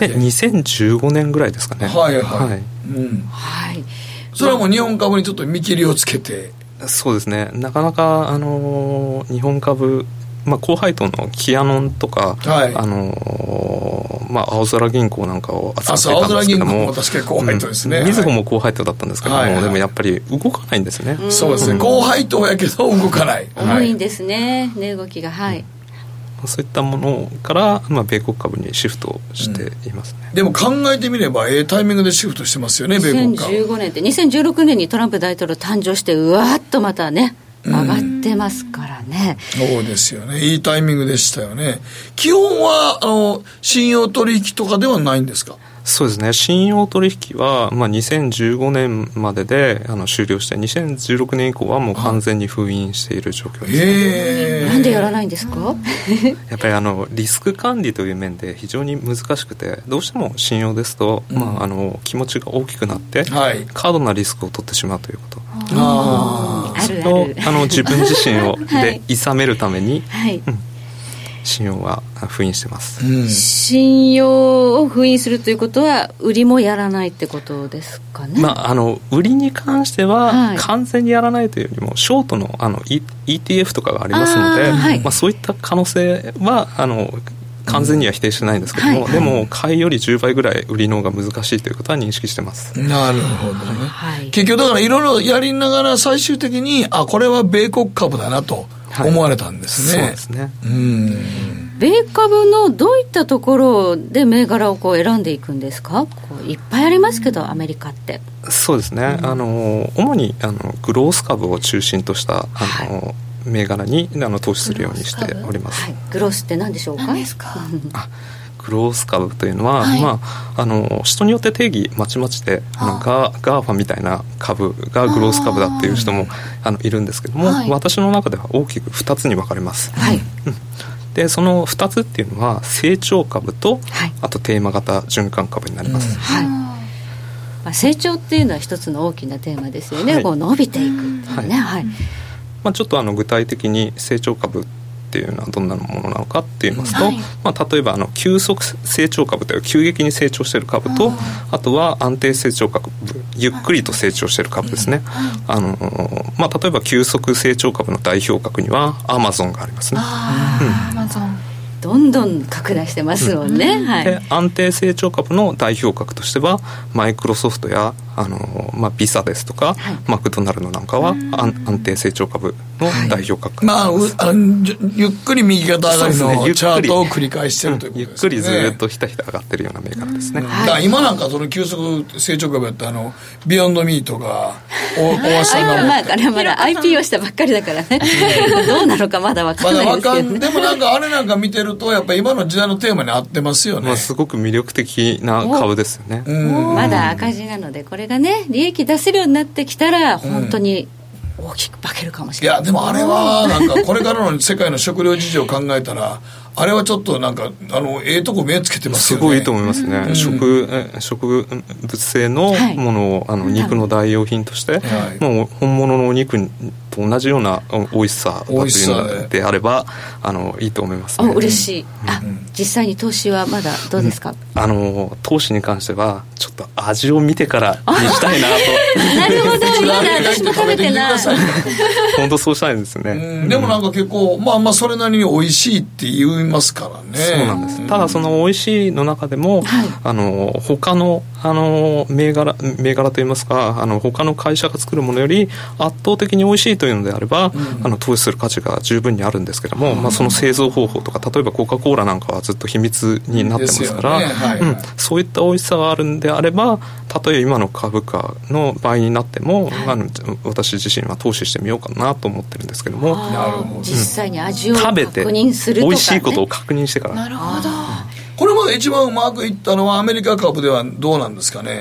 ？2015年ぐらいですかね。 はいはい、 はい、 それはもう日本株にちょっと見切りをつけて。 そうですね。なかなか日本株、高配当のキヤノンとか、はい、青空銀行なんかを扱っていたんですけども、 青空銀行も確かに高配当ですね。 みずほも高配当だったんですけども、でもやっぱり動かないんですね。 そうですね。高配当やけど動かない。 重いんですね、値動きが。はい。 そういったものから、米国株にシフトしていますね。 でも考えてみればタイミングでシフトしてますよね、米国株。 2015年って2016年にトランプ大統領誕生してうわーっとまたね上がってますからね。 そうですよね。いいタイミングでしたよね。基本は信用取引とかではないんですか？ そうですね。信用取引は、2015年までで終了して、2016年以降はもう完全に封印している状況です。 なんでやらないんですか？ やっぱりリスク管理という面で非常に難しくて、どうしても信用ですと、気持ちが大きくなって、過度なリスクを取ってしまうということ。それを自分自身をで諌めるために、信用は封印してます、 信用を封印するということは売りもやらないってことですかね。 売りに関しては完全にやらないというよりも、ショートのETF とかがありますので、そういった可能性は完全には否定してないんですけども、でも買いより10倍ぐらい売りの方が難しいということは認識してます。 なるほどね、結局だからいろいろやりながら最終的にこれは米国株だなと思われたんですね。 そうですね。 米株のどういったところで銘柄を選んでいくんですか？いっぱいありますけどアメリカって。 そうですね、主にグロース株を中心とした銘柄に投資するようにしております。 グロースって何でしょうか？ 何ですか？ グロース株というのは、人によって定義まちまちでガーファみたいな株がグロース株だっていう人もいるんですけども、私の中では大きく2つに分かれます、でその2つっていうのは成長株と、あとテーマ型循環株になります、 成長っていうのは一つの大きなテーマですよね、伸びていくっていうね、 ちょっと具体的に成長株っていうのはどんなものなのかって言いますと、例えば急速成長株という急激に成長している株と、あとは安定成長株、ゆっくりと成長している株ですね。例えば急速成長株の代表格にはアマゾンがありますね。 アマゾンどんどん拡大してますもんね、 で安定成長株の代表格としてはマイクロソフトやビザですとか、マクドナルドなんかは安定成長株の代表格、 ゆっくり右肩上がりのチャートを繰り返しているということですね。 ゆっくりずっとひたひた上がってるような銘柄ですね、 今なんかその急速成長株やったビヨンドミートが大橋さんがまだ IPO したばっかりだからねどうなのかまだ分からないですけどね。 でもあれなんか見てるとやっぱり今の時代のテーマに合ってますよね。 すごく魅力的な株ですよね。 まだ赤字なのでこれがね利益出せるようになってきたら本当に大きく化けるかもしれない。 いやでもあれはこれからの世界の食料事情を考えたらあれはちょっととこ目つけてますよね。 すごいいいと思いますね、植物性のものを肉の代用品として、もう本物のお肉と同じような美味しさだというのであればいいと思いますね。 嬉しい。実際に投資はまだどうですか？ 投資に関してはちょっと味を見てからにしたいなとなるほど、まだ私も食べてない本当そうしたいんですね、 でも結構それなりに美味しいって言いますからね。 そうなんです、ただその美味しいの中でも、他の銘柄といいますか他の会社が作るものより圧倒的に美味しいというのであれば、投資する価値が十分にあるんですけども、その製造方法とか例えばコカ・コーラなんかはずっと秘密になってますから、そういった美味しさがあるんであれば、たとえ今の株価の倍になっても、私自身は投資してみようかなと思ってるんですけども、 実際に味を確認するとか、 食べて美味しいことを確認してから。 なるほど。 これまで一番うまくいったのはアメリカ株ではどうなんですかね？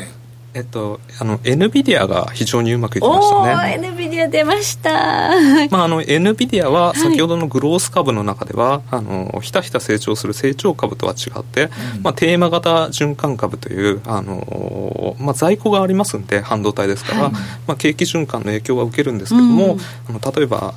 NVIDIA が非常にうまくいきましたね。 NVIDIA 出ました。 NVIDIA は先ほどのグロース株の中では、ひたひた成長する成長株とは違って、テーマ型循環株という、在庫がありますんで、半導体ですから、景気循環の影響は受けるんですけども、例えば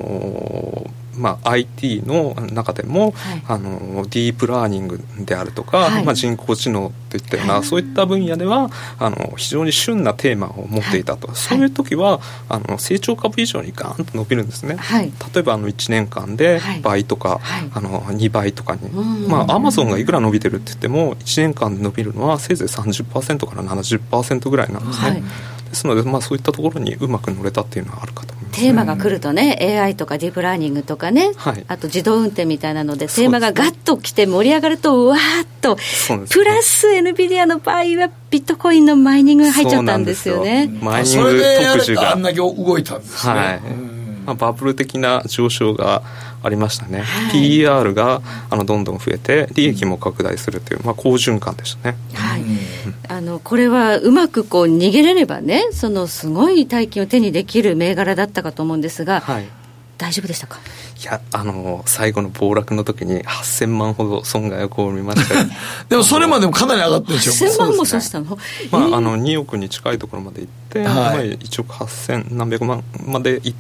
IT の中でも、ディープラーニングであるとか、人工知能といったような、そういった分野では非常に旬なテーマを持っていたと、そういう時は成長株以上にガーンと伸びるんですね。例えば1年間で倍とか、2倍とかに、アマゾンがいくら伸びてるって言っても1年間で伸びるのはせいぜい 30% から 70% ぐらいなんですね。ですので、そういったところにうまく乗れたっていうのはあるかと思います。 テーマが来るとね、AI とかディープラーニングとかね、あと自動運転みたいなのでテーマがガッと来て盛り上がるとうわーっと、プラス NVIDIA の場合はビットコインのマイニングが入っちゃったんですよね。 マイニング特需があんだけ動いたんですね。 バブル的な上昇がありましたね。PER がどんどん増えて利益も拡大するという、好循環でしたね。 これはうまく逃げれればね、そのすごい大金を手にできる銘柄だったかと思うんですが、大丈夫でしたか？ いや、最後の暴落の時に8000万ほど損害を被りましたでもそれまでもかなり上がってるでしょ。 8000万も損したの？ 2億に近いところまで行って、1億8000何百万まで行って、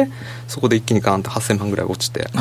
そこで一気にガーンと8000万ぐらい落ちて、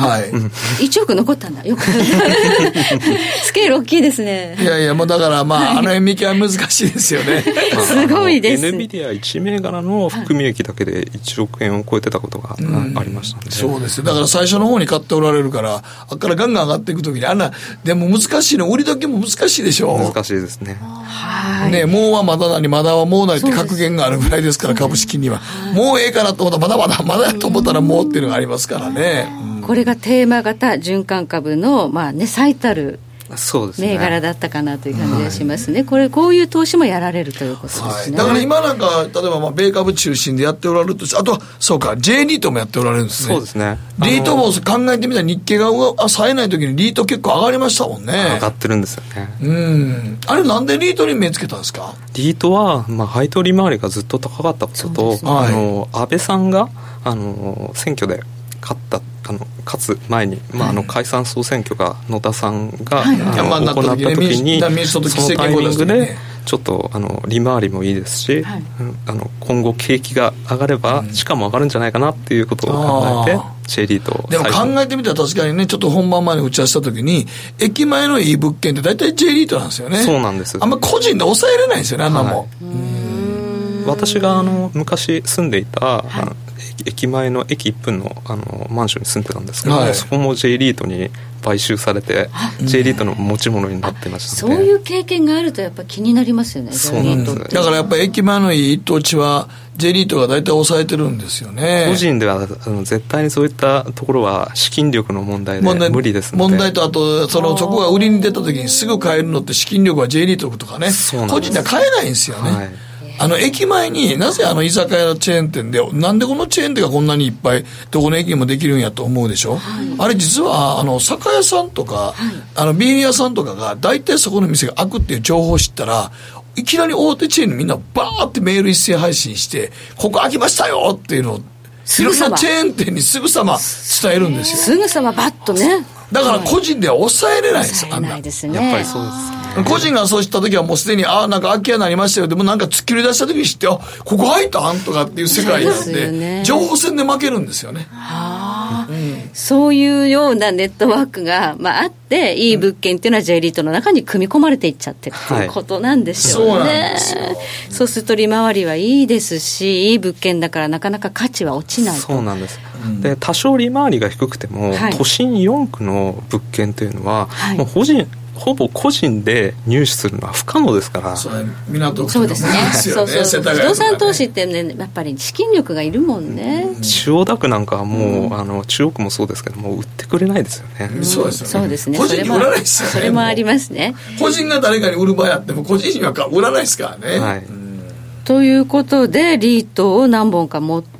1億残ったんだ。よくスケール大きいですね。 いやもうだから辺見極め難しいですよね。 すごいです。 NVIDIA1 銘柄の含み益だけで1億円を超えてたことがありましたので、 そうですよ。だから最初の方に買っておられるから、あっからガンガン上がっていくときにでも難しいの、売り時も難しいでしょ。 難しいですね。 もうはまだなりまだはもうないって格言があるぐらいですから、株式にはもうええかなと思ったらまだやと思ったらもうっていうのがありますからね。 これがテーマ型循環株の最たる銘柄だったかなという感じがしますね。こういう投資もやられるということですね。 だから今なんか例えば米株中心でやっておられると、あとはそうか J リートもやっておられるんですね。 そうですね。 リートも考えてみたら日経が冴えない時にリート結構上がりましたもんね。 上がってるんですよね。 あれなんでリートに目つけたんですか？ リートは、配当利回りがずっと高かったことと、安倍さんが選挙で勝つ前に、解散総選挙が野田さんが、行った時に、そのタイミングでちょっと利回りもいいですし、今後景気が上がれば地価も上がるんじゃないかなっていうことを考えて J リートを。 でも考えてみたら確かにね、ちょっと本番前に打ち合わせた時に駅前のいい物件って大体 J リートなんですよね。 そうなんです。 あんま個人で抑えれないんですよね、あんなもん。 私が昔住んでいた、駅前の駅1分の、マンションに住んでたんですけど、そこも J リートに買収されて J リートの持ち物になってましたので、 そういう経験があるとやっぱ気になりますよね。 そうなんです。 だからやっぱり駅前のいい一等地は J リートが大体抑えてるんですよね。 個人では絶対にそういったところは資金力の問題で無理ですので、 問題とあとそこが売りに出た時にすぐ買えるのって資金力は J リートとかね、個人では買えないんですよね。駅前になぜ居酒屋のチェーン店でなんでこのチェーン店がこんなにいっぱいどこの駅にもできるんやと思うでしょ。あれ実は酒屋さんとかビール屋さんとかが大体そこの店が開くっていう情報を知ったら、いきなり大手チェーンにみんなバーってメール一斉配信して、ここ開きましたよっていうのをいろんなチェーン店にすぐさま伝えるんですよ。 すぐさまバッとね。 だから個人では抑えれないんですよ。 抑えないですね。 やっぱりそうですね。 個人がそうした時はもうすでになんか空き家になりましたよ。でもなんか突っ切り出した時に知って、ここ入ったんとかっていう世界なんで、情報戦で負けるんですよね。 そういうようなネットワークが、あっていい物件っていうのは J リートの中に組み込まれていっちゃってるということなんでしょうね。そうなんですよ。そうすると利回りはいいですし、いい物件だからなかなか価値は落ちないと。 そうなんです。で多少利回りが低くても、都心4区の物件というのは、もうほぼ個人で入手するのは不可能ですから。 港区そうですね。不動産投資ってね、やっぱり資金力がいるもんね。 千代田区なんかはもう、中央区もそうですけども売ってくれないですよね。 そうですよね。 そうですね。 個人に売らないですよね。 それもありますね。 個人が誰かに売る場合あっても個人には売らないですからね。 ということでリートを何本か持って、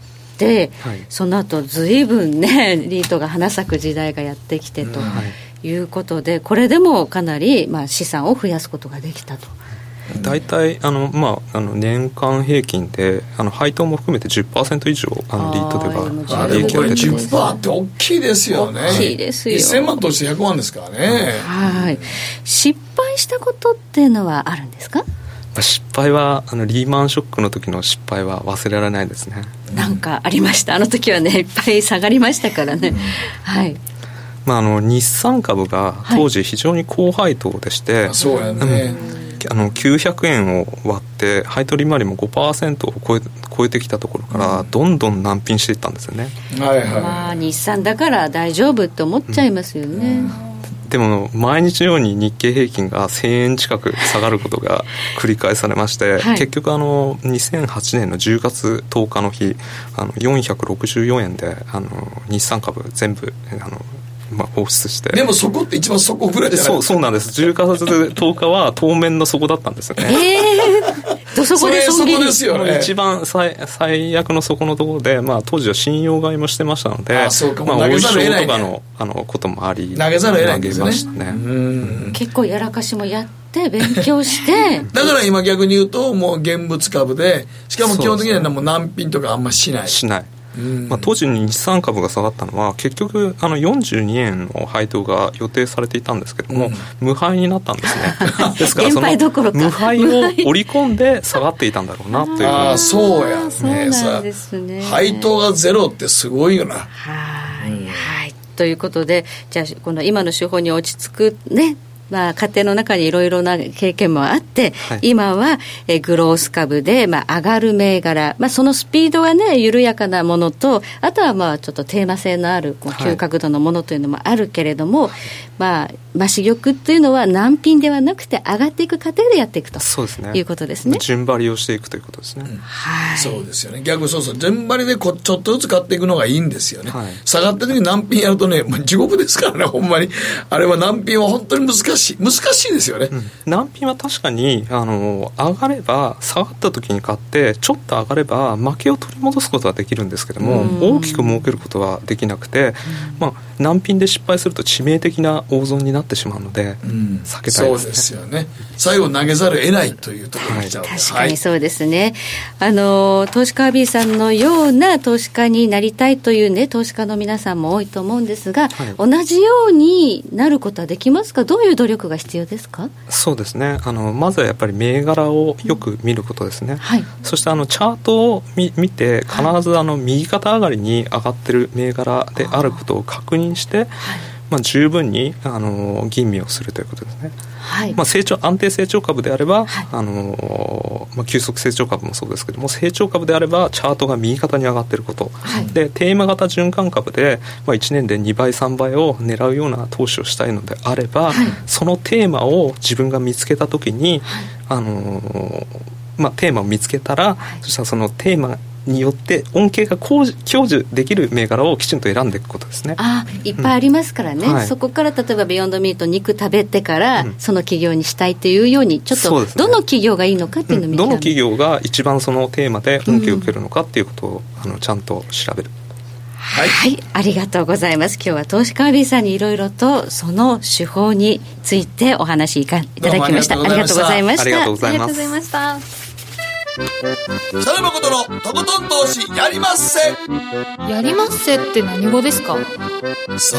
その後ずいぶんねリートが花咲く時代がやってきてということで、これでもかなり資産を増やすことができたと大体年間平均で配当も含めて 10% 以上リートでは利益が出てます。 10% って大きいですよね。 大きいですよ。 1000万として100万ですからね。 はい。失敗したことっていうのはあるんですか？ 失敗はリーマンショックの時の失敗は忘れられないですね。 なんかありました。あの時はねいっぱい下がりましたからね。はい。 日産株が当時非常に高配当でして、 そうやね。 900円を割って配当利回りも 5% を超えてきたところからどんどん難品していったんですよね。 はいはい。 日産だから大丈夫って思っちゃいますよね。 でも毎日のように日経平均が1000円近く下がることが繰り返されまして、結局2008年の10月10日の日464円で日産株全部放出して。 でもそこって一番底ぐらいじゃないですか。 そうなんです。10月10日は当面の底だったんですよね。 どそこでそこですよね。 一番最悪の底のところで、当時は信用買いもしてましたので、 そうか、投げざるを得ない、 お衣装とかのこともあり、 投げざるを得ないんですね。 投げましたね。 結構やらかしもやって勉強してだから今逆に言うともう現物株で、しかも基本的にはもう難品とかあんましない。 当時に日産株が下がったのは結局42円の配当が予定されていたんですけども、無配になったんですね。ですからその無配を織り込んで下がっていたんだろうなという。 そうやね。 そうなんですね。 配当がゼロってすごいよな。 はい、ということで、じゃあこの今の手法に落ち着くね、家庭の中にいろいろな経験もあって、今はグロース株で上がる銘柄、そのスピードがね緩やかなものと、あとはちょっとテーマ性のある急角度のものというのもあるけれども、主玉というのは難品ではなくて上がっていく過程でやっていくということですね。 順張りをしていくということですね。 そうですよね。逆そう順張りでちょっとずつ買っていくのがいいんですよね。下がった時に難品やるとね、地獄ですからね。ほんまにあれは難品は本当に難しいですよね。 難品は確かに上がれば下がった時に買って、ちょっと上がれば負けを取り戻すことはできるんですけども、大きく儲けることはできなくて、難品で失敗すると致命的な大損になってしまうので、避けたいですね。 そうですよね。最後投げざるを得ないというところに来ちゃう。 確かにそうですね。投資家 B さんのような投資家になりたいというね、投資家の皆さんも多いと思うんですが、同じようになることはできますか？どういう努力が必要ですか？ そうですね。まずはやっぱり銘柄をよく見ることですね。そしてチャートを見て必ず右肩上がりに上がってる銘柄であることを確認して、十分に吟味をするということですね。安定成長株であれば、急速成長株もそうですけども、成長株であればチャートが右肩に上がっていること、でテーマ型循環株で、1年で2倍3倍を狙うような投資をしたいのであれば、そのテーマを自分が見つけたときに、テーマを見つけたら、そしたらそのテーマによって恩恵が享受できる銘柄をきちんと選んでいくことですね。 いっぱいありますからね、そこから例えばビヨンドミート肉食べてから、その企業にしたいというようにちょっとどの企業がいいのかっていうのを見極める、 どの企業が一番そのテーマで恩恵を受けるのかっていうことをちゃんと調べる。 ありがとうございます。今日は投資家 B さんにいろいろとその手法についてお話いただきました。ありがとうございました。 ありがとうございます。 北野誠のとことん投資やりまっせ。 やりまっせって何語ですか？ さ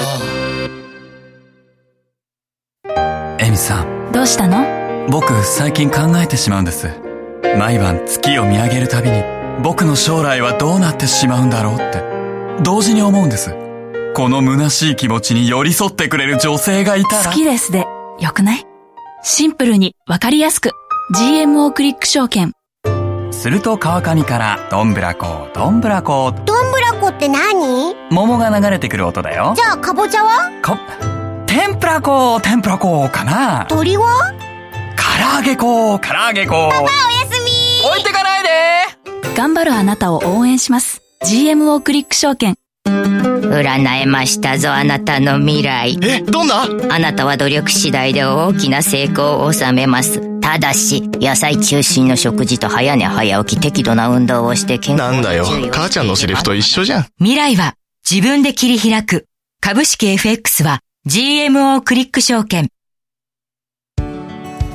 あ、エミさん、 どうしたの？ 僕最近考えてしまうんです。毎晩月を見上げるたびに僕の将来はどうなってしまうんだろうって同時に思うんです。この虚しい気持ちに寄り添ってくれる女性がいたら。 好きですでよくない？シンプルにわかりやすく GMO クリック証券。 すると川上からどんぶらこどんぶらこ。 どんぶらこって何？ 桃が流れてくる音だよ。 じゃあかぼちゃは？ 天ぷらこ天ぷらこかな。 鳥は？ 唐揚げこ唐揚げこ。 パパおやすみ。 置いてかないで。 頑張るあなたを応援します。 GMO クリック証券。 占えましたぞ、あなたの未来。 どんな？ あなたは努力次第で大きな成功を収めます。ただし野菜中心の食事と早寝早起き、適度な運動をして健康に。 なんだよ、母ちゃんのセリフと一緒じゃん。 未来は自分で切り開く。株式 FX は GMO クリック証券。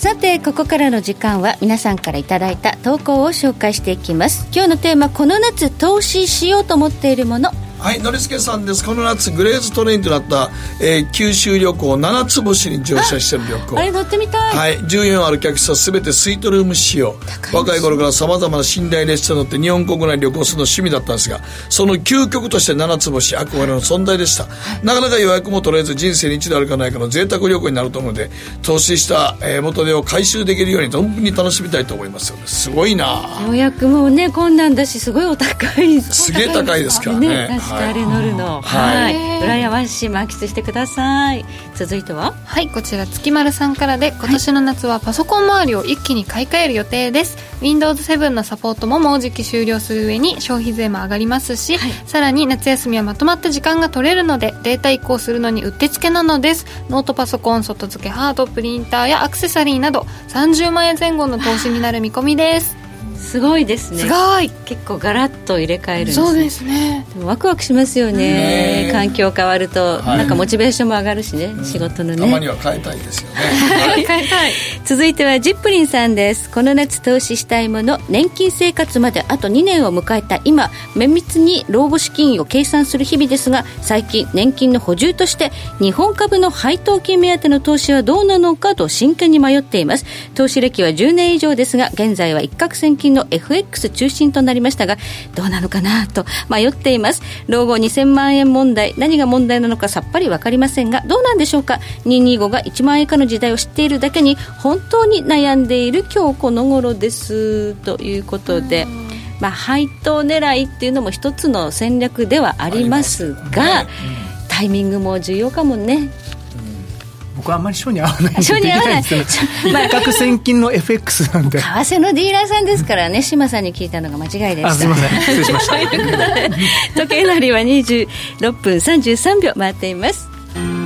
さてここからの時間は皆さんからいただいた投稿を紹介していきます。今日のテーマ、この夏投資しようと思っているもの。 はい、のりすけさんです。この夏グレーズトレインとなった、九州旅行7つ星に乗車している旅行。 あれ乗ってみたい。 はい、14ある客室は全てスイートルーム仕様。若い頃から様々な寝台列車に乗って日本国内旅行するの趣味だったんですが、その究極として7つ星憧れの存在でした。なかなか予約も取れず人生に一度あるかないかの贅沢旅行になると思うので、投資した、元手を回収できるように存分に楽しみたいと思いますよね。すごいな。 予約もね困難だし、すごいお高い。 すげえ高いですからね。 確かあれ乗るの。はい、羨ましい。満喫してください。続いては、 はい、こちら月丸さんからで、今年の夏はパソコン周りを一気に買い替える予定です。 Windows 7のサポートももうじき終了する上に消費税も上がりますし、さらに夏休みはまとまった時間が取れるのでデータ移行するのにうってつけなのです。ノートパソコン、外付けハード、プリンターやアクセサリーなど30万円前後の投資になる見込みです。 すごいですね。 すごい。 結構ガラッと入れ替えるんですね。 そうですね。 でもワクワクしますよね。環境変わると、なんかモチベーションも上がるしね、仕事のね。 たまには変えたいですよね。 はい、変えたい。続いてはジップリンさんです。この夏投資したいもの。年金生活まであと2年を迎えた今、綿密に老後資金を計算する日々ですが、最近年金の補充として日本株の配当金目当ての投資はどうなのかと真剣に迷っています。投資歴は10年以上ですが、現在は一攫千金の FX 中心となりましたが、どうなのかなと迷っています。老後2000万円問題、何が問題なのかさっぱり分かりませんが、どうなんでしょうか。225が1万円以下の時代を知っているだけに本当に悩んでいる今日この頃ですということで、配当狙いっていうのも一つの戦略ではありますが、タイミングも重要かもね。 僕はあんまり性に合わないんで性に合わない。 一攫千金の FX なんで。 為替のディーラーさんですからね。島さんに聞いたのが間違いでした。 すいません、失礼しました。 ということで時計の針は26分33秒回っています。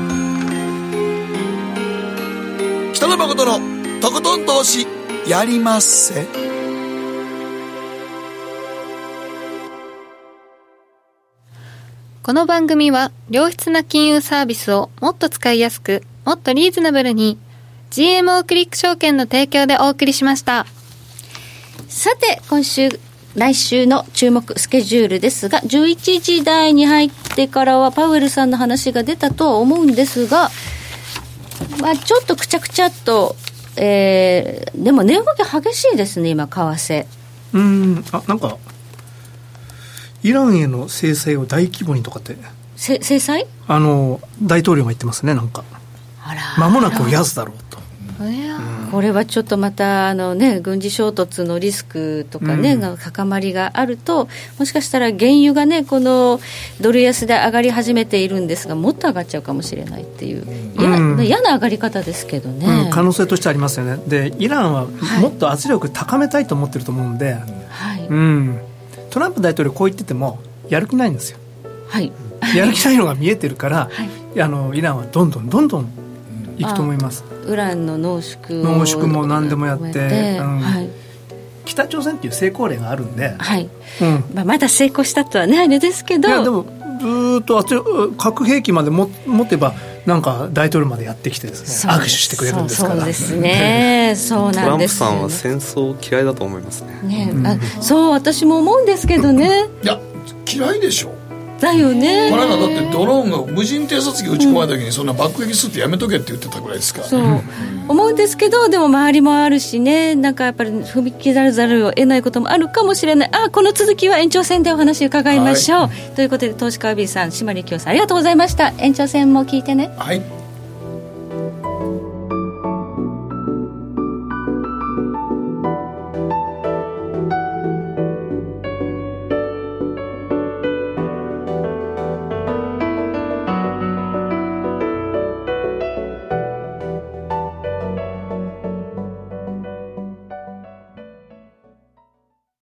北野誠のとことん投資やりまっせ。 この番組は良質な金融サービスをもっと使いやすく、もっとリーズナブルに GMO クリック証券の提供でお送りしました。 さて来週の注目スケジュールですが、11時台に入ってからはパウエルさんの話が出たとは思うんですが、ちょっとくちゃくちゃっと、でも値動き激しいですね今為替。 なんかイランへの制裁を大規模にとかって制裁大統領が言ってますね。なんか間もなくやつだろうと。 これはちょっとまた軍事衝突のリスクとかね、高まりがあると、もしかしたら原油がねこのドル安で上がり始めているんですが、もっと上がっちゃうかもしれないっていう、嫌な上がり方ですけどね、 可能性としてありますよね。でイランはもっと圧力高めたいと思ってると思うんで、トランプ大統領こう言っててもやる気ないんですよ。やる気ないのが見えてるから、イランはどんどんいくと思います。 ウランの濃縮も何でもやって、北朝鮮っていう成功例があるんで、 まだ成功したとはねあれですけど、 でもずっと核兵器まで持てばなんか大統領までやってきてですね、握手してくれるんですから。 そうですね、そうなんです。 トランプさんは戦争嫌いだと思いますね。 そう私も思うんですけどね。 いや嫌いでしょ。 だよね。 これがだってドローンが無人偵察機撃ち込まれた時にそんな爆撃するってやめとけって言ってたぐらいですから、 そう思うんですけど、でも周りもあるしね、なんかやっぱり踏み切らざるを得ないこともあるかもしれない。この続きは延長戦でお話伺いましょう、ということで投資家 B さん、島利清さんありがとうございました。延長戦も聞いてね。 はい。